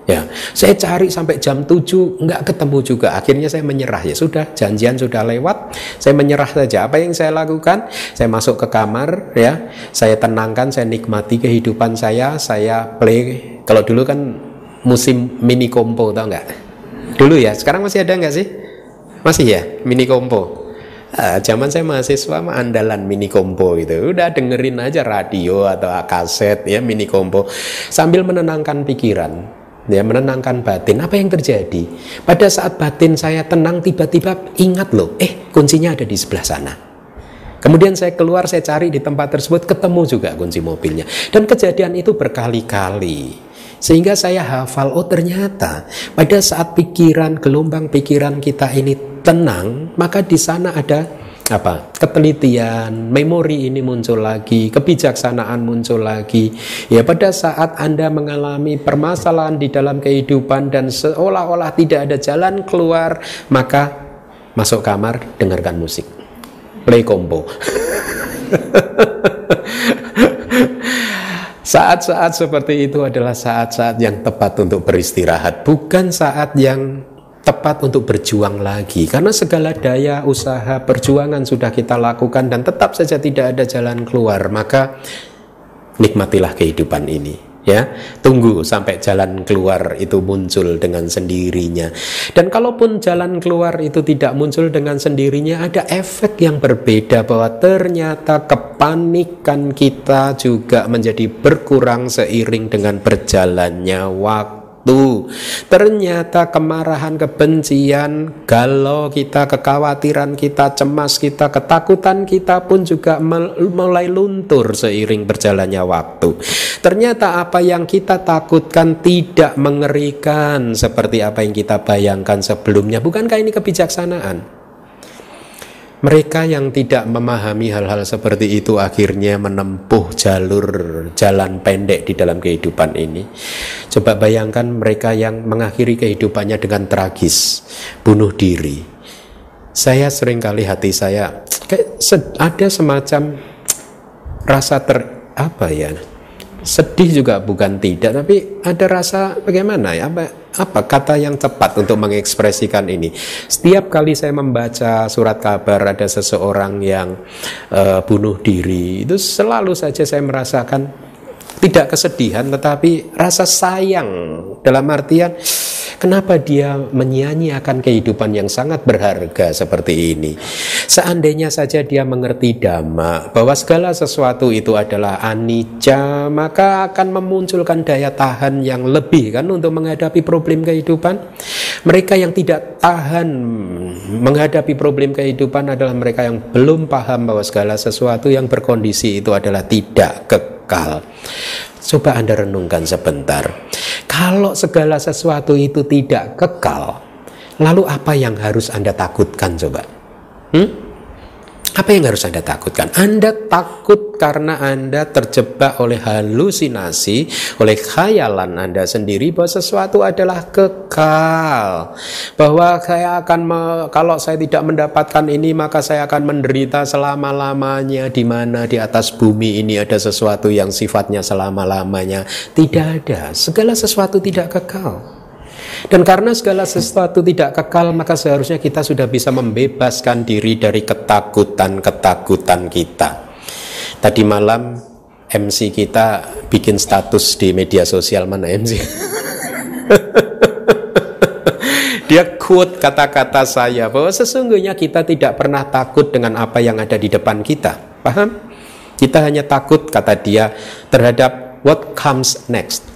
Ya, saya cari sampai jam tujuh nggak ketemu juga. Akhirnya saya menyerah. Ya sudah, janjian sudah lewat. Saya menyerah saja. Apa yang saya lakukan? Saya masuk ke kamar, ya. Saya tenangkan, saya nikmati kehidupan saya. Saya play. Kalau dulu kan musim mini kompo, tau nggak? Dulu ya. Sekarang masih ada nggak sih? Masih ya, mini kompo. Uh, zaman saya mahasiswa mah andalan mini kompo gitu. Udah dengerin aja radio atau kaset ya mini kompo sambil menenangkan pikiran. Ya, menenangkan batin. Apa yang terjadi? Pada saat batin saya tenang, tiba-tiba ingat loh, eh kuncinya ada di sebelah sana. Kemudian saya keluar, saya cari di tempat tersebut, ketemu juga kunci mobilnya. Dan kejadian itu berkali-kali. Sehingga saya hafal, oh ternyata pada saat pikiran, gelombang pikiran kita ini tenang, maka di sana ada apa? Ketelitian, memori ini muncul lagi, kebijaksanaan muncul lagi. Ya, pada saat Anda mengalami permasalahan di dalam kehidupan dan seolah-olah tidak ada jalan keluar, maka masuk kamar, dengarkan musik, play kompo. Saat-saat seperti itu adalah saat-saat yang tepat untuk beristirahat, bukan saat yang tepat untuk berjuang lagi. Karena segala daya, usaha, perjuangan sudah kita lakukan dan tetap saja tidak ada jalan keluar, maka nikmatilah kehidupan ini, ya. Tunggu sampai jalan keluar itu muncul dengan sendirinya. Dan kalaupun jalan keluar itu tidak muncul dengan sendirinya, ada efek yang berbeda, bahwa ternyata kepanikan kita juga menjadi berkurang seiring dengan berjalannya waktu. Tuh, ternyata kemarahan, kebencian, galau kita, kekhawatiran kita, cemas kita, ketakutan kita pun juga mulai luntur seiring berjalannya waktu. Ternyata apa yang kita takutkan tidak mengerikan seperti apa yang kita bayangkan sebelumnya. Bukankah ini kebijaksanaan? Mereka yang tidak memahami hal-hal seperti itu akhirnya menempuh jalur jalan pendek di dalam kehidupan ini. Coba bayangkan mereka yang mengakhiri kehidupannya dengan tragis, bunuh diri. Saya seringkali hati saya kayak ada semacam rasa ter apa ya? Sedih juga bukan tidak, tapi ada rasa bagaimana ya? Apa, apa kata yang tepat untuk mengekspresikan ini? Setiap kali saya membaca surat kabar ada seseorang yang uh, bunuh diri, itu selalu saja saya merasakan tidak kesedihan, tetapi rasa sayang. Dalam artian, kenapa dia menyia-nyiakan kehidupan yang sangat berharga seperti ini? Seandainya saja dia mengerti dhamma, bahwa segala sesuatu itu adalah anicca, maka akan memunculkan daya tahan yang lebih kan untuk menghadapi problem kehidupan. Mereka yang tidak tahan menghadapi problem kehidupan adalah mereka yang belum paham bahwa segala sesuatu yang berkondisi itu adalah tidak kekal. Coba Anda renungkan sebentar. Kalau segala sesuatu itu tidak kekal, lalu apa yang harus Anda takutkan coba? Hmm? Apa yang harus Anda takutkan? Anda takut karena Anda terjebak oleh halusinasi, oleh khayalan Anda sendiri bahwa sesuatu adalah kekal. Bahwa saya akan me- kalau saya tidak mendapatkan ini maka saya akan menderita selama-lamanya. Di mana di atas bumi ini ada sesuatu yang sifatnya selama-lamanya? Tidak ada. Segala sesuatu tidak kekal. Dan karena segala sesuatu tidak kekal, maka seharusnya kita sudah bisa membebaskan diri dari ketakutan-ketakutan kita. Tadi malam M C kita bikin status di media sosial, mana M C? Dia quote kata-kata saya bahwa sesungguhnya kita tidak pernah takut dengan apa yang ada di depan kita. Paham? Kita hanya takut, kata dia, terhadap what comes next.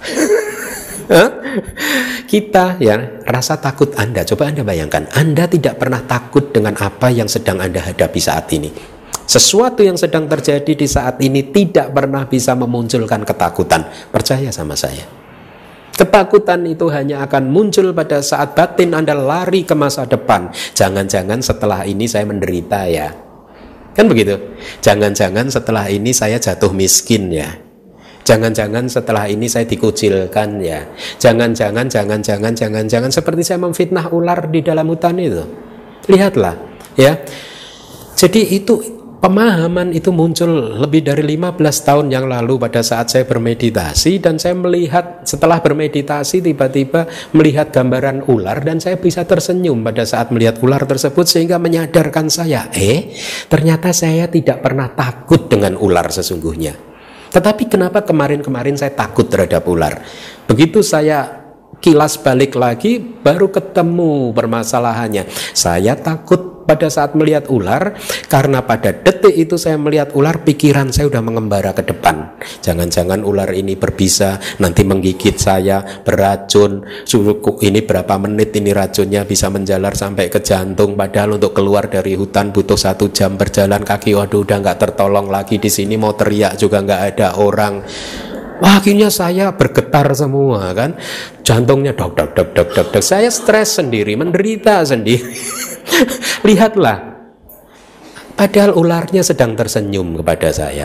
Kita ya, rasa takut Anda, coba Anda bayangkan, Anda tidak pernah takut dengan apa yang sedang Anda hadapi saat ini. Sesuatu yang sedang terjadi di saat ini tidak pernah bisa memunculkan ketakutan. Percaya sama saya. Ketakutan itu hanya akan muncul pada saat batin Anda lari ke masa depan. Jangan-jangan setelah ini saya menderita ya. Kan begitu? Jangan-jangan setelah ini saya jatuh miskin ya. Jangan-jangan setelah ini saya dikucilkan ya. Jangan-jangan, jangan-jangan, jangan-jangan seperti saya memfitnah ular di dalam hutan itu. Lihatlah ya. Jadi itu Pemahaman itu muncul lebih dari lima belas tahun yang lalu pada saat saya bermeditasi, dan saya melihat setelah bermeditasi tiba-tiba melihat gambaran ular dan saya bisa tersenyum pada saat melihat ular tersebut, sehingga menyadarkan saya, eh ternyata saya tidak pernah takut dengan ular sesungguhnya. Tetapi kenapa kemarin-kemarin saya takut terhadap ular? Begitu saya kilas balik lagi, baru ketemu permasalahannya. Saya takut pada saat melihat ular karena pada detik itu saya melihat ular, pikiran saya sudah mengembara ke depan. Jangan-jangan ular ini berbisa, nanti menggigit saya, beracun. Ini berapa menit ini racunnya bisa menjalar sampai ke jantung. Padahal untuk keluar dari hutan butuh satu jam berjalan kaki. Waduh, udah nggak tertolong lagi di sini, mau teriak juga nggak ada orang. Wah, akhirnya saya bergetar semua kan, jantungnya dok dok dok dok dok dok. Saya stres sendiri, menderita sendiri. Lihatlah, padahal ularnya sedang tersenyum kepada saya.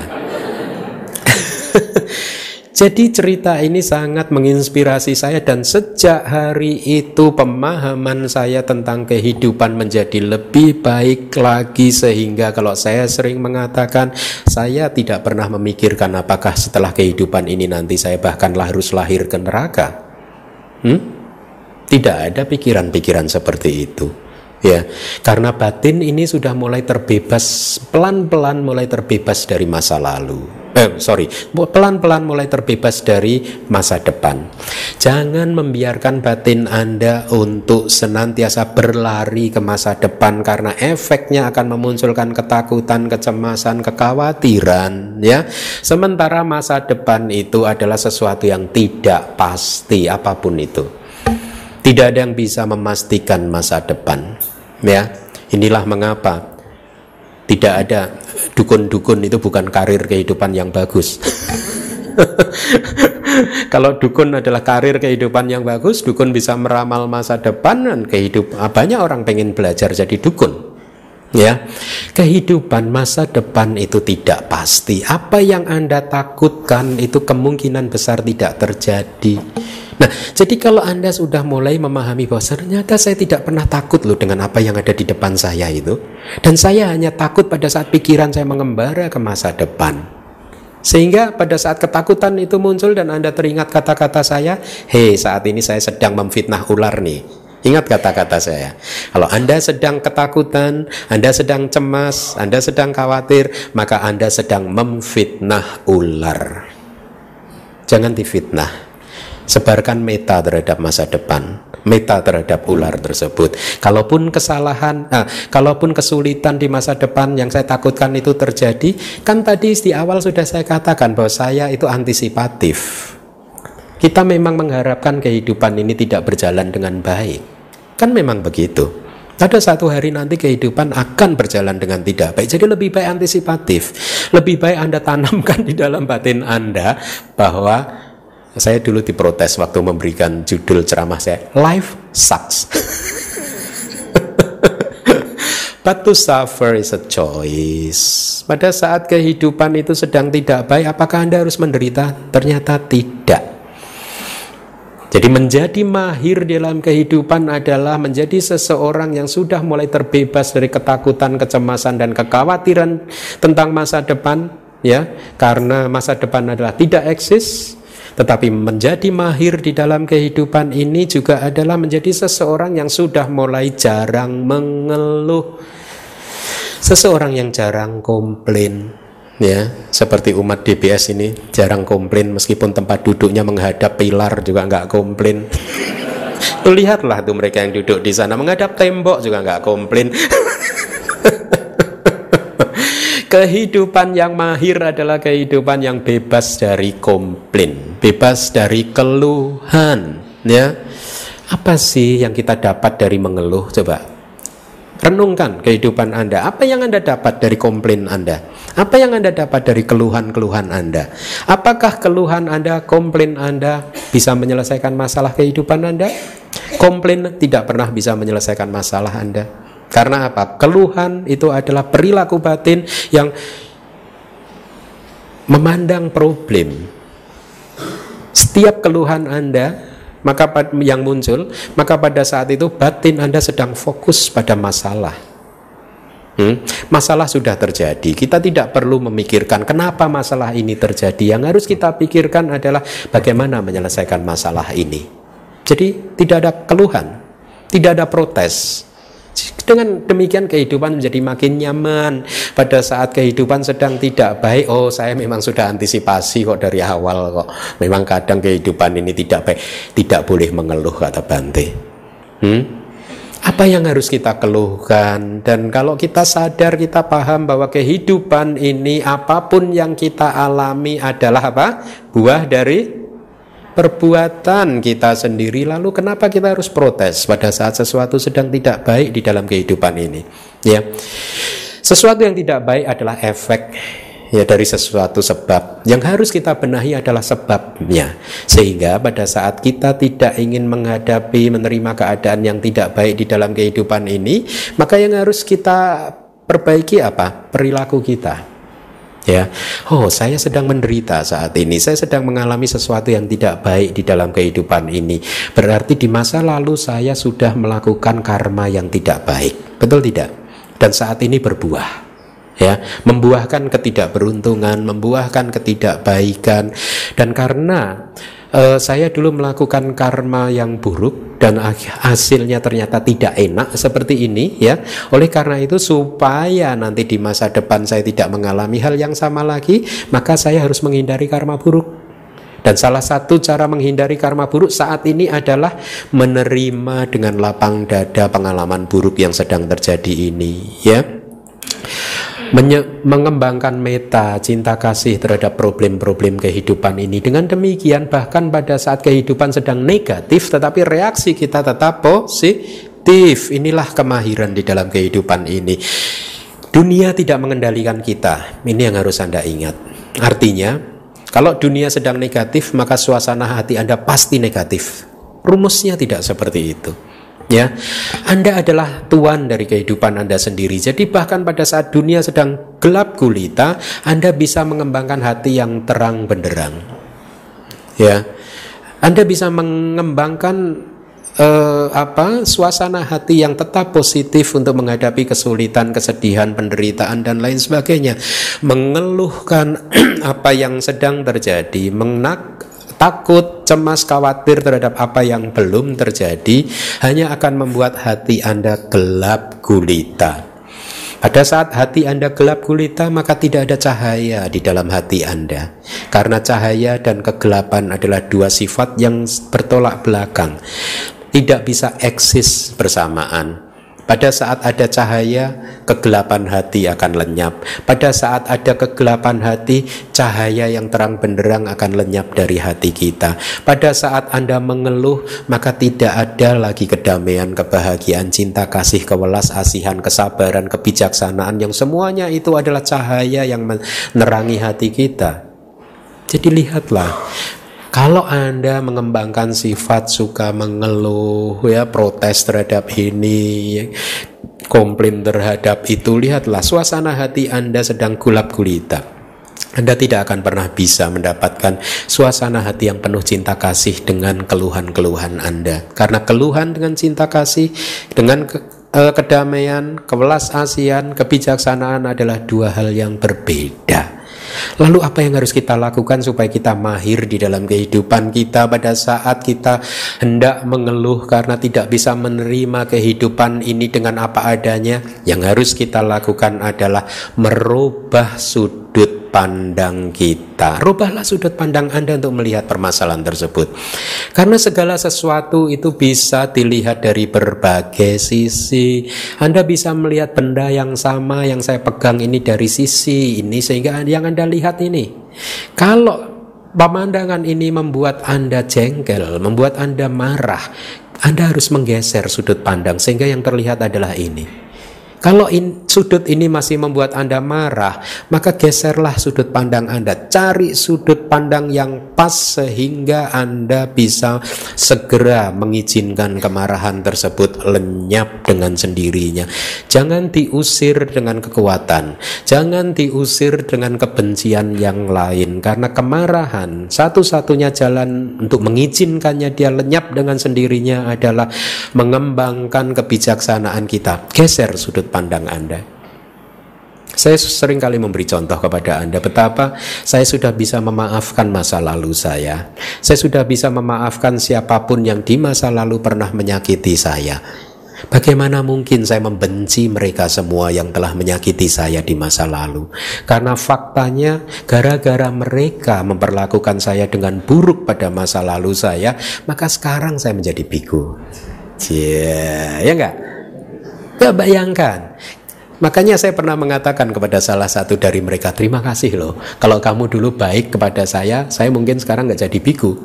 Jadi cerita ini sangat menginspirasi saya, dan sejak hari itu pemahaman saya tentang kehidupan menjadi lebih baik lagi, sehingga kalau saya sering mengatakan saya tidak pernah memikirkan apakah setelah kehidupan ini nanti saya bahkan harus lahir ke neraka. hmm? Tidak ada pikiran-pikiran seperti itu. Ya, karena batin ini sudah mulai terbebas, pelan-pelan mulai terbebas dari masa lalu. Eh, sorry, pelan-pelan mulai terbebas dari masa depan. Jangan membiarkan batin Anda untuk senantiasa berlari ke masa depan, karena efeknya akan memunculkan ketakutan, kecemasan, kekhawatiran. Ya, sementara masa depan itu adalah sesuatu yang tidak pasti apapun itu. Tidak ada yang bisa memastikan masa depan. Ya, inilah mengapa tidak ada dukun-dukun itu bukan karir kehidupan yang bagus. Kalau dukun adalah karir kehidupan yang bagus, dukun bisa meramal masa depan dan kehidupan. Banyak orang pengen belajar jadi dukun. Ya, kehidupan masa depan itu tidak pasti. Apa yang Anda takutkan itu kemungkinan besar tidak terjadi. Nah, jadi kalau Anda sudah mulai memahami bahwa ternyata saya tidak pernah takut loh dengan apa yang ada di depan saya itu, dan saya hanya takut pada saat pikiran saya mengembara ke masa depan, sehingga pada saat ketakutan itu muncul dan Anda teringat kata-kata saya, hei, saat ini saya sedang memfitnah ular nih. Ingat kata-kata saya. Kalau Anda sedang ketakutan, Anda sedang cemas, Anda sedang khawatir, maka Anda sedang memfitnah ular. Jangan difitnah. Sebarkan meta terhadap masa depan, meta terhadap ular tersebut. Kalaupun kesalahan, ah, kalaupun kesulitan di masa depan yang saya takutkan itu terjadi, kan tadi di awal sudah saya katakan bahwa saya itu antisipatif. Kita memang mengharapkan kehidupan ini tidak berjalan dengan baik. Kan memang begitu. Ada satu hari nanti kehidupan akan berjalan dengan tidak baik. Jadi lebih baik antisipatif. Lebih baik Anda tanamkan di dalam batin Anda bahwa, saya dulu diprotes waktu memberikan judul ceramah saya, Life Sucks. But to suffer is a choice. Pada saat kehidupan itu sedang tidak baik, apakah Anda harus menderita? Ternyata tidak. Jadi menjadi mahir dalam kehidupan adalah menjadi seseorang yang sudah mulai terbebas dari ketakutan, kecemasan, dan kekhawatiran tentang masa depan. Ya, karena masa depan adalah tidak eksis. Tetapi menjadi mahir di dalam kehidupan ini juga adalah menjadi seseorang yang sudah mulai jarang mengeluh, seseorang yang jarang komplain. Ya, seperti umat D B S ini jarang komplain, meskipun tempat duduknya menghadap pilar juga nggak komplain. Tuh, lihatlah tuh mereka yang duduk di sana menghadap tembok juga nggak komplain. Kehidupan yang mahir adalah kehidupan yang bebas dari komplain, bebas dari keluhan. Ya, apa sih yang kita dapat dari mengeluh? Coba renungkan kehidupan Anda. Apa yang Anda dapat dari komplain Anda? Apa yang Anda dapat dari keluhan-keluhan Anda? Apakah keluhan Anda, komplain Anda bisa menyelesaikan masalah kehidupan Anda? Komplain tidak pernah bisa menyelesaikan masalah Anda. Karena apa? Keluhan itu adalah perilaku batin yang memandang problem. Setiap keluhan Anda maka yang muncul, maka pada saat itu batin Anda sedang fokus pada masalah. Hmm? Masalah sudah terjadi. Kita tidak perlu memikirkan kenapa masalah ini terjadi. Yang harus kita pikirkan adalah bagaimana menyelesaikan masalah ini. Jadi tidak ada keluhan, tidak ada protes. Dengan demikian kehidupan menjadi makin nyaman. Pada saat kehidupan sedang tidak baik, oh saya memang sudah antisipasi kok dari awal kok. Memang kadang kehidupan ini tidak baik, tidak boleh mengeluh, kata Bante. Hmm? Apa yang harus kita keluhkan? Dan kalau kita sadar, kita paham bahwa kehidupan ini apapun yang kita alami adalah apa? Buah dari perbuatan kita sendiri. Lalu kenapa kita harus protes pada saat sesuatu sedang tidak baik di dalam kehidupan ini? Ya, sesuatu yang tidak baik adalah efek ya dari sesuatu sebab. Yang harus kita benahi adalah sebabnya. Sehingga pada saat kita tidak ingin menghadapi, menerima keadaan yang tidak baik di dalam kehidupan ini, maka yang harus kita perbaiki apa? Perilaku kita. Ya, oh saya sedang menderita saat ini, saya sedang mengalami sesuatu yang tidak baik di dalam kehidupan ini. Berarti di masa lalu saya sudah melakukan karma yang tidak baik. Betul tidak? Dan saat ini berbuah. Ya, membuahkan ketidakberuntungan, membuahkan ketidakbaikan. Dan karena uh, saya dulu melakukan karma yang buruk dan hasilnya ternyata tidak enak seperti ini, ya. Oleh karena itu supaya nanti di masa depan saya tidak mengalami hal yang sama lagi, maka saya harus menghindari karma buruk. Dan salah satu cara menghindari karma buruk saat ini adalah menerima dengan lapang dada pengalaman buruk yang sedang terjadi ini, ya. Menye- mengembangkan meta, cinta kasih terhadap problem-problem kehidupan ini. Dengan demikian bahkan pada saat kehidupan sedang negatif tetapi reaksi kita tetap positif. Inilah kemahiran di dalam kehidupan ini. Dunia tidak mengendalikan kita. Ini yang harus Anda ingat. Artinya kalau dunia sedang negatif maka suasana hati Anda pasti negatif. Rumusnya tidak seperti itu. Ya, Anda adalah tuan dari kehidupan Anda sendiri. Jadi bahkan pada saat dunia sedang gelap gulita, Anda bisa mengembangkan hati yang terang benderang. Ya, Anda bisa mengembangkan eh, apa suasana hati yang tetap positif untuk menghadapi kesulitan, kesedihan, penderitaan dan lain sebagainya. Mengeluhkan apa yang sedang terjadi, menak takut, cemas, khawatir terhadap apa yang belum terjadi hanya akan membuat hati Anda gelap gulita. Pada saat hati Anda gelap gulita maka tidak ada cahaya di dalam hati Anda. Karena cahaya dan kegelapan adalah dua sifat yang bertolak belakang, tidak bisa eksis bersamaan. Pada saat ada cahaya, kegelapan hati akan lenyap. Pada saat ada kegelapan hati, cahaya yang terang benderang akan lenyap dari hati kita. Pada saat Anda mengeluh, maka tidak ada lagi kedamaian, kebahagiaan, cinta kasih, kewelas asihan, kesabaran, kebijaksanaan, yang semuanya itu adalah cahaya yang menerangi hati kita. Jadi lihatlah, kalau Anda mengembangkan sifat suka mengeluh, ya, protes terhadap ini, komplain terhadap itu, lihatlah suasana hati Anda sedang gulap gulita. Anda tidak akan pernah bisa mendapatkan suasana hati yang penuh cinta kasih dengan keluhan-keluhan Anda. Karena keluhan dengan cinta kasih, dengan ke, eh, kedamaian, kewelas asihan, kebijaksanaan adalah dua hal yang berbeda. Lalu apa yang harus kita lakukan supaya kita mahir di dalam kehidupan kita pada saat kita hendak mengeluh karena tidak bisa menerima kehidupan ini dengan apa adanya? Yang harus kita lakukan adalah merubah sudut pandang kita. Rubahlah sudut pandang Anda untuk melihat permasalahan tersebut. Karena segala sesuatu itu bisa dilihat dari berbagai sisi. Anda bisa melihat benda yang sama yang saya pegang ini dari sisi ini, sehingga yang Anda lihat ini. Kalau pemandangan ini membuat Anda jengkel, membuat Anda marah, Anda harus menggeser sudut pandang sehingga yang terlihat adalah ini. Kalau in, sudut ini masih membuat Anda marah, maka geserlah sudut pandang Anda. Cari sudut pandang yang pas sehingga Anda bisa segera mengizinkan kemarahan tersebut lenyap dengan sendirinya. Jangan diusir dengan kekuatan, jangan diusir dengan kebencian yang lain. Karena kemarahan, satu-satunya jalan untuk mengizinkannya dia lenyap dengan sendirinya adalah mengembangkan kebijaksanaan kita. Geser sudut pandang Anda. Saya sering kali memberi contoh kepada Anda betapa saya sudah bisa memaafkan masa lalu saya. Saya sudah bisa memaafkan siapapun yang di masa lalu pernah menyakiti saya. Bagaimana mungkin saya membenci mereka semua yang telah menyakiti saya di masa lalu? Karena faktanya gara-gara mereka memperlakukan saya dengan buruk pada masa lalu saya, maka sekarang saya menjadi biku. Cie, ya enggak? Enggak bayangkan. Makanya saya pernah mengatakan kepada salah satu dari mereka, terima kasih loh, kalau kamu dulu baik kepada saya, saya mungkin sekarang nggak jadi biku.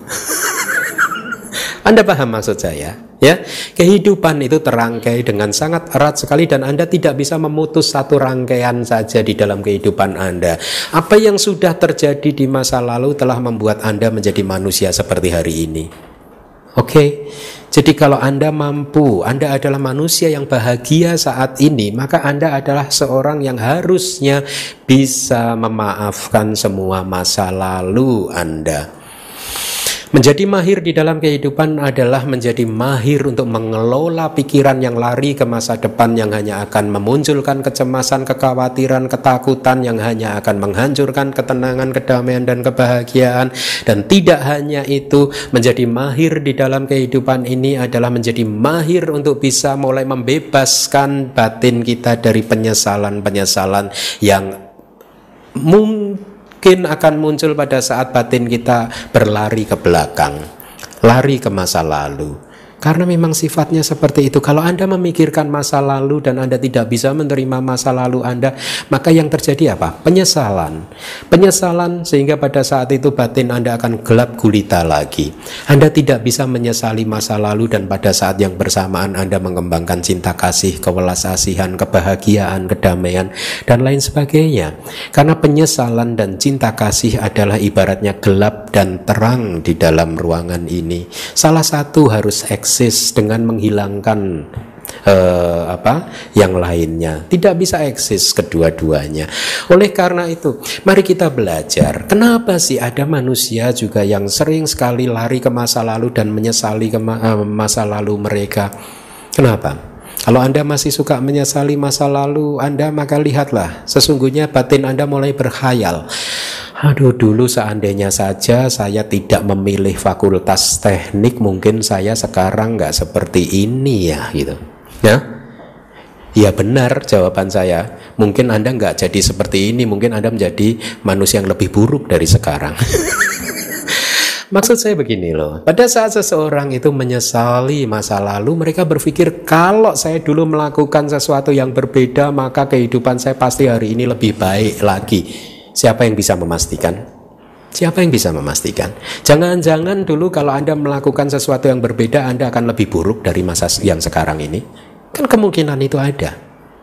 Anda paham maksud saya? Ya, kehidupan itu terangkai dengan sangat erat sekali dan Anda tidak bisa memutus satu rangkaian saja di dalam kehidupan Anda. Apa yang sudah terjadi di masa lalu telah membuat Anda menjadi manusia seperti hari ini. Oke, okay? Jadi kalau Anda mampu, Anda adalah manusia yang bahagia saat ini, maka Anda adalah seorang yang harusnya bisa memaafkan semua masa lalu Anda. Menjadi mahir di dalam kehidupan adalah menjadi mahir untuk mengelola pikiran yang lari ke masa depan yang hanya akan memunculkan kecemasan, kekhawatiran, ketakutan yang hanya akan menghancurkan ketenangan, kedamaian, dan kebahagiaan. Dan tidak hanya itu, menjadi mahir di dalam kehidupan ini adalah menjadi mahir untuk bisa mulai membebaskan batin kita dari penyesalan-penyesalan yang mungkin mungkin akan muncul pada saat batin kita berlari ke belakang, lari ke masa lalu. Karena memang sifatnya seperti itu. Kalau Anda memikirkan masa lalu dan Anda tidak bisa menerima masa lalu Anda, maka yang terjadi apa? Penyesalan. Penyesalan sehingga pada saat itu batin Anda akan gelap gulita lagi. Anda tidak bisa menyesali masa lalu dan pada saat yang bersamaan Anda mengembangkan cinta kasih, kewelas asihan, kebahagiaan, kedamaian, dan lain sebagainya. Karena penyesalan dan cinta kasih adalah ibaratnya gelap dan terang di dalam ruangan ini. Salah satu harus eksis dengan menghilangkan eh, apa yang lainnya. Tidak bisa eksis kedua-duanya. Oleh karena itu, mari kita belajar. Kenapa sih ada manusia juga yang sering sekali lari ke masa lalu dan menyesali ke ma- eh, masa lalu mereka? Kenapa? Kalau Anda masih suka menyesali masa lalu Anda, maka lihatlah, sesungguhnya batin Anda mulai berkhayal. Aduh, dulu seandainya saja saya tidak memilih fakultas teknik, mungkin saya sekarang nggak seperti ini ya, gitu. Ya, ya benar jawaban saya. Mungkin Anda nggak jadi seperti ini, mungkin Anda menjadi manusia yang lebih buruk dari sekarang. Maksud saya begini loh, pada saat seseorang itu menyesali masa lalu, mereka berpikir kalau saya dulu melakukan sesuatu yang berbeda, maka kehidupan saya pasti hari ini lebih baik lagi. Siapa yang bisa memastikan? Siapa yang bisa memastikan? Jangan-jangan dulu kalau Anda melakukan sesuatu yang berbeda, Anda akan lebih buruk dari masa yang sekarang ini. Kan kemungkinan itu ada.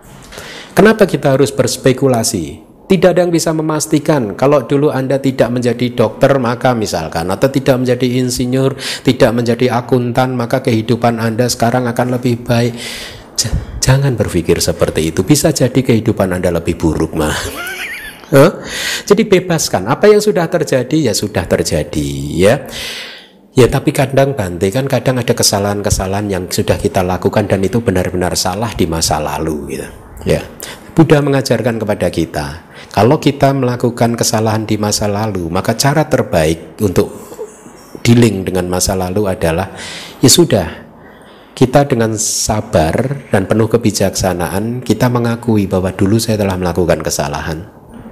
Kenapa kita harus berspekulasi? Tidak ada yang bisa memastikan. Kalau dulu Anda tidak menjadi dokter, maka misalkan, atau tidak menjadi insinyur, tidak menjadi akuntan, maka kehidupan Anda sekarang akan lebih baik. Jangan berpikir seperti itu. Bisa jadi kehidupan Anda lebih buruk mah. Huh? Jadi bebaskan. Apa yang sudah terjadi ya sudah terjadi, ya. Ya tapi kadang Bante, kan kadang ada kesalahan-kesalahan yang sudah kita lakukan dan itu benar-benar salah di masa lalu, gitu. Ya. Buddha mengajarkan kepada kita, kalau kita melakukan kesalahan di masa lalu, maka cara terbaik untuk dealing dengan masa lalu adalah ya sudah, kita dengan sabar dan penuh kebijaksanaan kita mengakui bahwa dulu saya telah melakukan kesalahan.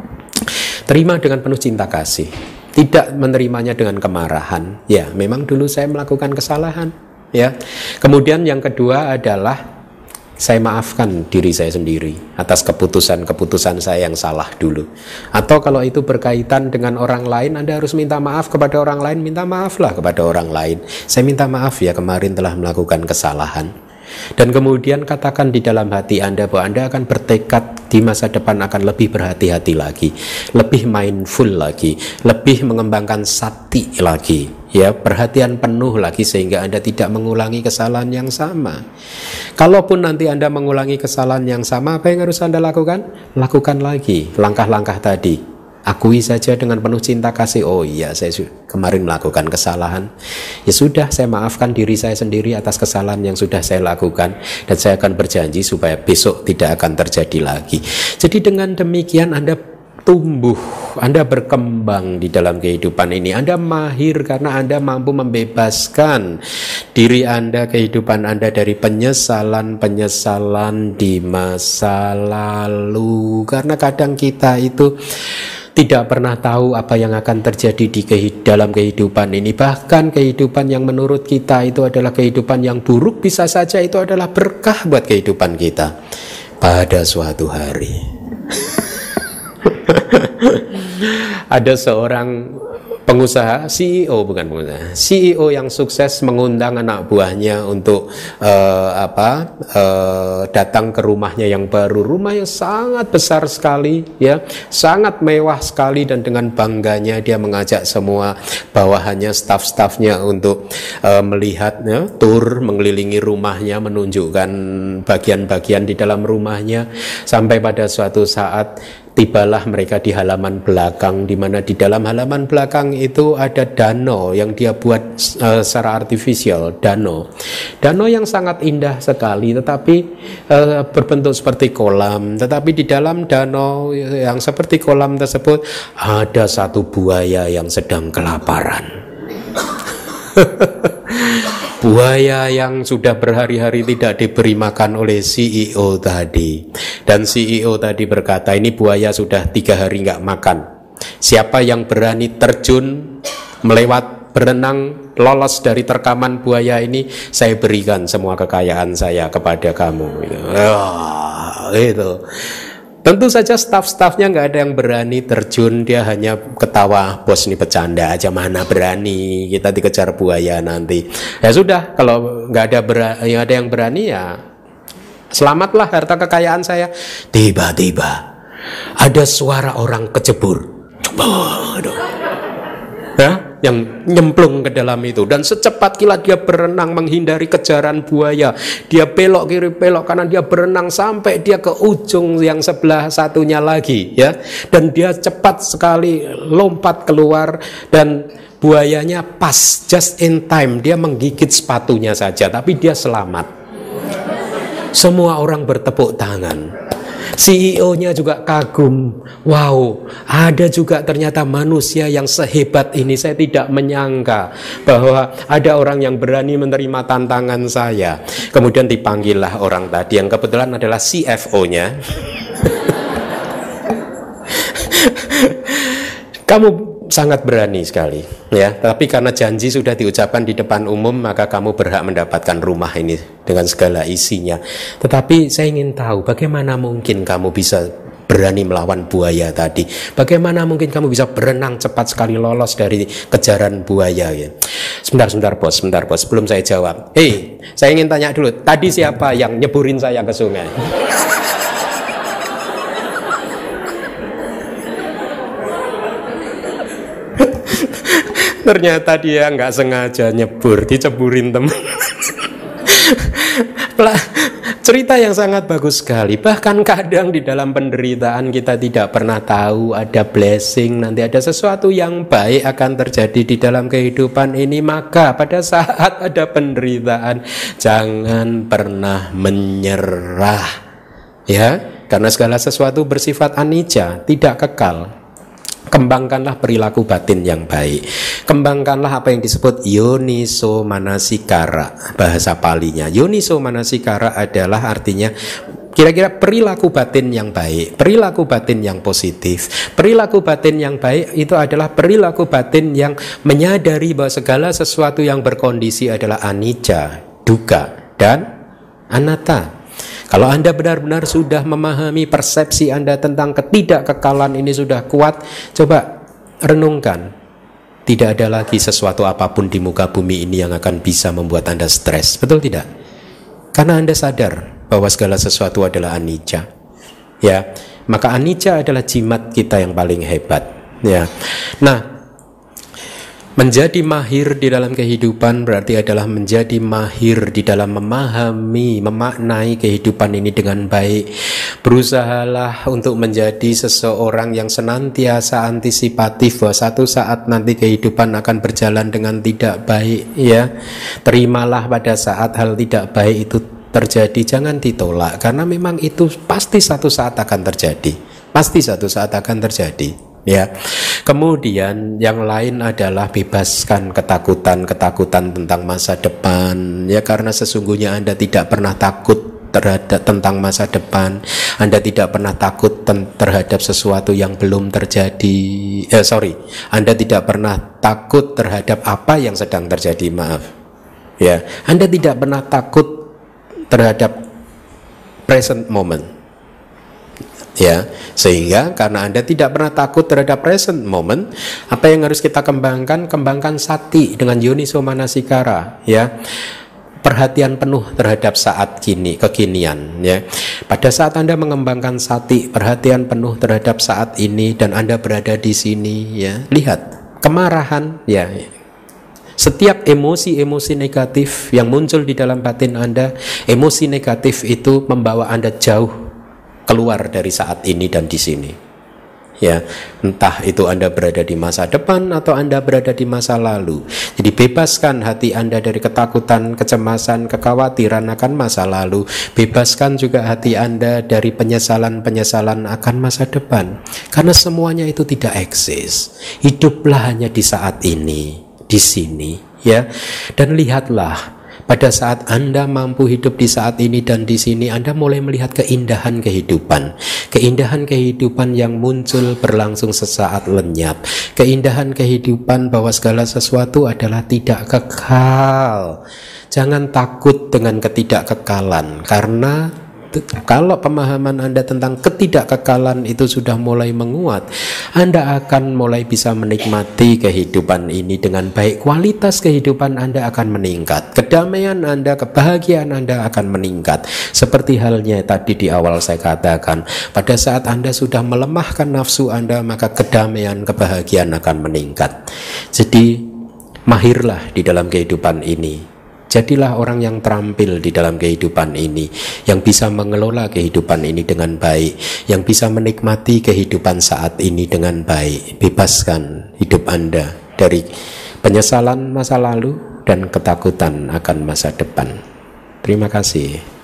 Terima dengan penuh cinta kasih, tidak menerimanya dengan kemarahan. Ya, memang dulu saya melakukan kesalahan. Ya. Kemudian yang kedua adalah saya maafkan diri saya sendiri atas keputusan-keputusan saya yang salah dulu. Atau kalau itu berkaitan dengan orang lain, Anda harus minta maaf kepada orang lain, minta maaflah kepada orang lain. Saya minta maaf ya kemarin telah melakukan kesalahan. Dan kemudian katakan di dalam hati Anda bahwa Anda akan bertekad di masa depan akan lebih berhati-hati lagi, lebih mindful lagi, lebih mengembangkan sati lagi, ya, perhatian penuh lagi sehingga Anda tidak mengulangi kesalahan yang sama. Kalaupun nanti Anda mengulangi kesalahan yang sama, apa yang harus Anda lakukan? Lakukan lagi langkah-langkah tadi. akui saja dengan penuh cinta kasih. Oh iya, saya kemarin melakukan kesalahan. Ya sudah, saya maafkan diri saya sendiri atas kesalahan yang sudah saya lakukan, dan saya akan berjanji supaya besok tidak akan terjadi lagi. Jadi dengan demikian Anda tumbuh, Anda berkembang di dalam kehidupan ini. Anda mahir karena Anda mampu membebaskan diri Anda, kehidupan Anda dari penyesalan-penyesalan di masa lalu. Karena kadang kita itu tidak pernah tahu apa yang akan terjadi di kehid- dalam kehidupan ini. Bahkan kehidupan yang menurut kita itu adalah kehidupan yang buruk, bisa saja itu adalah berkah buat kehidupan kita pada suatu hari. Ada seorang pengusaha, C E O bukan pengusaha, C E O yang sukses mengundang anak buahnya untuk uh, apa uh, datang ke rumahnya yang baru, rumah yang sangat besar sekali, ya, sangat mewah sekali, dan dengan bangganya dia mengajak semua bawahannya, staf-stafnya untuk uh, melihat, ya, tur mengelilingi rumahnya, menunjukkan bagian-bagian di dalam rumahnya, sampai pada suatu saat tibalah mereka di halaman belakang, di mana di dalam halaman belakang itu ada danau yang dia buat uh, secara artifisial, danau. Danau yang sangat indah sekali, tetapi uh, berbentuk seperti kolam. Tetapi di dalam danau yang seperti kolam tersebut ada satu buaya yang sedang kelaparan. Buaya yang sudah berhari-hari tidak diberi makan oleh C E O tadi. Dan C E O tadi berkata, ini buaya sudah tiga hari nggak makan. Siapa yang berani terjun, melewat, berenang, lolos dari terkaman buaya ini, saya berikan semua kekayaan saya kepada kamu. Oh, itu. Tentu saja staf-stafnya nggak ada yang berani terjun, dia hanya ketawa, bos ini bercanda aja, mana berani kita dikejar buaya nanti. Ya sudah, kalau nggak ada berani, ada yang berani ya selamatlah harta kekayaan saya. Tiba-tiba ada suara orang kecebur, aduh, ya, yang nyemplung ke dalam itu, dan secepat kilat dia berenang menghindari kejaran buaya. Dia belok kiri belok kanan, dia berenang sampai dia ke ujung yang sebelah satunya lagi, ya, dan dia cepat sekali lompat keluar, dan buayanya pas just in time, dia menggigit sepatunya saja, tapi dia selamat. Semua orang bertepuk tangan. C E O-nya juga kagum. Wow, ada juga ternyata manusia yang sehebat ini. Saya tidak menyangka bahwa ada orang yang berani menerima tantangan saya. Kemudian dipanggillah orang tadi yang kebetulan adalah C F O-nya. Kamu sangat berani sekali, ya. Tapi karena janji sudah diucapkan di depan umum, maka kamu berhak mendapatkan rumah ini dengan segala isinya. Tetapi saya ingin tahu, bagaimana mungkin kamu bisa berani melawan buaya tadi? Bagaimana mungkin kamu bisa berenang cepat sekali lolos dari kejaran buaya? Ya. Sebentar, sebentar bos, sebentar bos. Sebelum saya jawab, hei, saya ingin tanya dulu. Tadi siapa yang nyeburin saya ke sungai? Ternyata dia nggak sengaja nyebur, diceburin teman. Cerita yang sangat bagus sekali. Bahkan kadang di dalam penderitaan kita tidak pernah tahu ada blessing, nanti ada sesuatu yang baik akan terjadi di dalam kehidupan ini. Maka pada saat ada penderitaan, jangan pernah menyerah, ya, karena segala sesuatu bersifat anicca, tidak kekal. Kembangkanlah perilaku batin yang baik. Kembangkanlah apa yang disebut yoniso manasikara, bahasa Palinya. Yoniso manasikara adalah artinya kira-kira perilaku batin yang baik, perilaku batin yang positif. Perilaku batin yang baik itu adalah perilaku batin yang menyadari bahwa segala sesuatu yang berkondisi adalah anicca, dukkha, dan anatta. Kalau Anda benar-benar sudah memahami, persepsi Anda tentang ketidakkekalan ini sudah kuat, coba renungkan. Tidak ada lagi sesuatu apapun di muka bumi ini yang akan bisa membuat Anda stres. Betul tidak? Karena Anda sadar bahwa segala sesuatu adalah anicca. Ya, maka anicca adalah jimat kita yang paling hebat. Ya. Nah, Menjadi mahir di dalam kehidupan berarti adalah menjadi mahir di dalam memahami, memaknai kehidupan ini dengan baik. Berusahalah untuk menjadi seseorang yang senantiasa antisipatif bahwa satu saat nanti kehidupan akan berjalan dengan tidak baik, ya. Terimalah pada saat hal tidak baik itu terjadi, jangan ditolak karena memang itu pasti satu saat akan terjadi. Pasti satu saat akan terjadi. Ya, kemudian yang lain adalah bebaskan ketakutan-ketakutan tentang masa depan. Ya, karena sesungguhnya Anda tidak pernah takut terhadap tentang masa depan. Anda tidak pernah takut terhadap sesuatu yang belum terjadi. Eh, sorry, Anda tidak pernah takut terhadap apa yang sedang terjadi. Maaf. Ya, Anda tidak pernah takut terhadap present moment. Ya, sehingga karena Anda tidak pernah takut terhadap present moment, apa yang harus kita kembangkan? Kembangkan sati dengan yoniso manasikara, ya. Perhatian penuh terhadap saat kini, kekinian, ya. Pada saat Anda mengembangkan sati, perhatian penuh terhadap saat ini dan Anda berada di sini, ya. Lihat, kemarahan, ya. Setiap emosi-emosi negatif yang muncul di dalam batin Anda, emosi negatif itu membawa Anda jauh keluar dari saat ini dan di sini. Ya, entah itu Anda berada di masa depan atau Anda berada di masa lalu. Jadi bebaskan hati Anda dari ketakutan, kecemasan, kekhawatiran akan masa lalu. Bebaskan juga hati Anda dari penyesalan-penyesalan akan masa depan. Karena semuanya itu tidak eksis. Hiduplah hanya di saat ini, di sini, ya. Dan lihatlah, pada saat Anda mampu hidup di saat ini dan di sini, Anda mulai melihat keindahan kehidupan. Keindahan kehidupan yang muncul berlangsung sesaat lenyap. Keindahan kehidupan bahwa segala sesuatu adalah tidak kekal. Jangan takut dengan ketidakkekalan, karena kalau pemahaman Anda tentang ketidakkekalan itu sudah mulai menguat, Anda akan mulai bisa menikmati kehidupan ini dengan baik. Kualitas kehidupan Anda akan meningkat, kedamaian Anda, kebahagiaan Anda akan meningkat. Seperti halnya tadi di awal saya katakan, pada saat Anda sudah melemahkan nafsu Anda, maka kedamaian, kebahagiaan akan meningkat. Jadi mahirlah di dalam kehidupan ini. Jadilah orang yang terampil di dalam kehidupan ini, yang bisa mengelola kehidupan ini dengan baik, yang bisa menikmati kehidupan saat ini dengan baik. Bebaskan hidup Anda dari penyesalan masa lalu dan ketakutan akan masa depan. Terima kasih.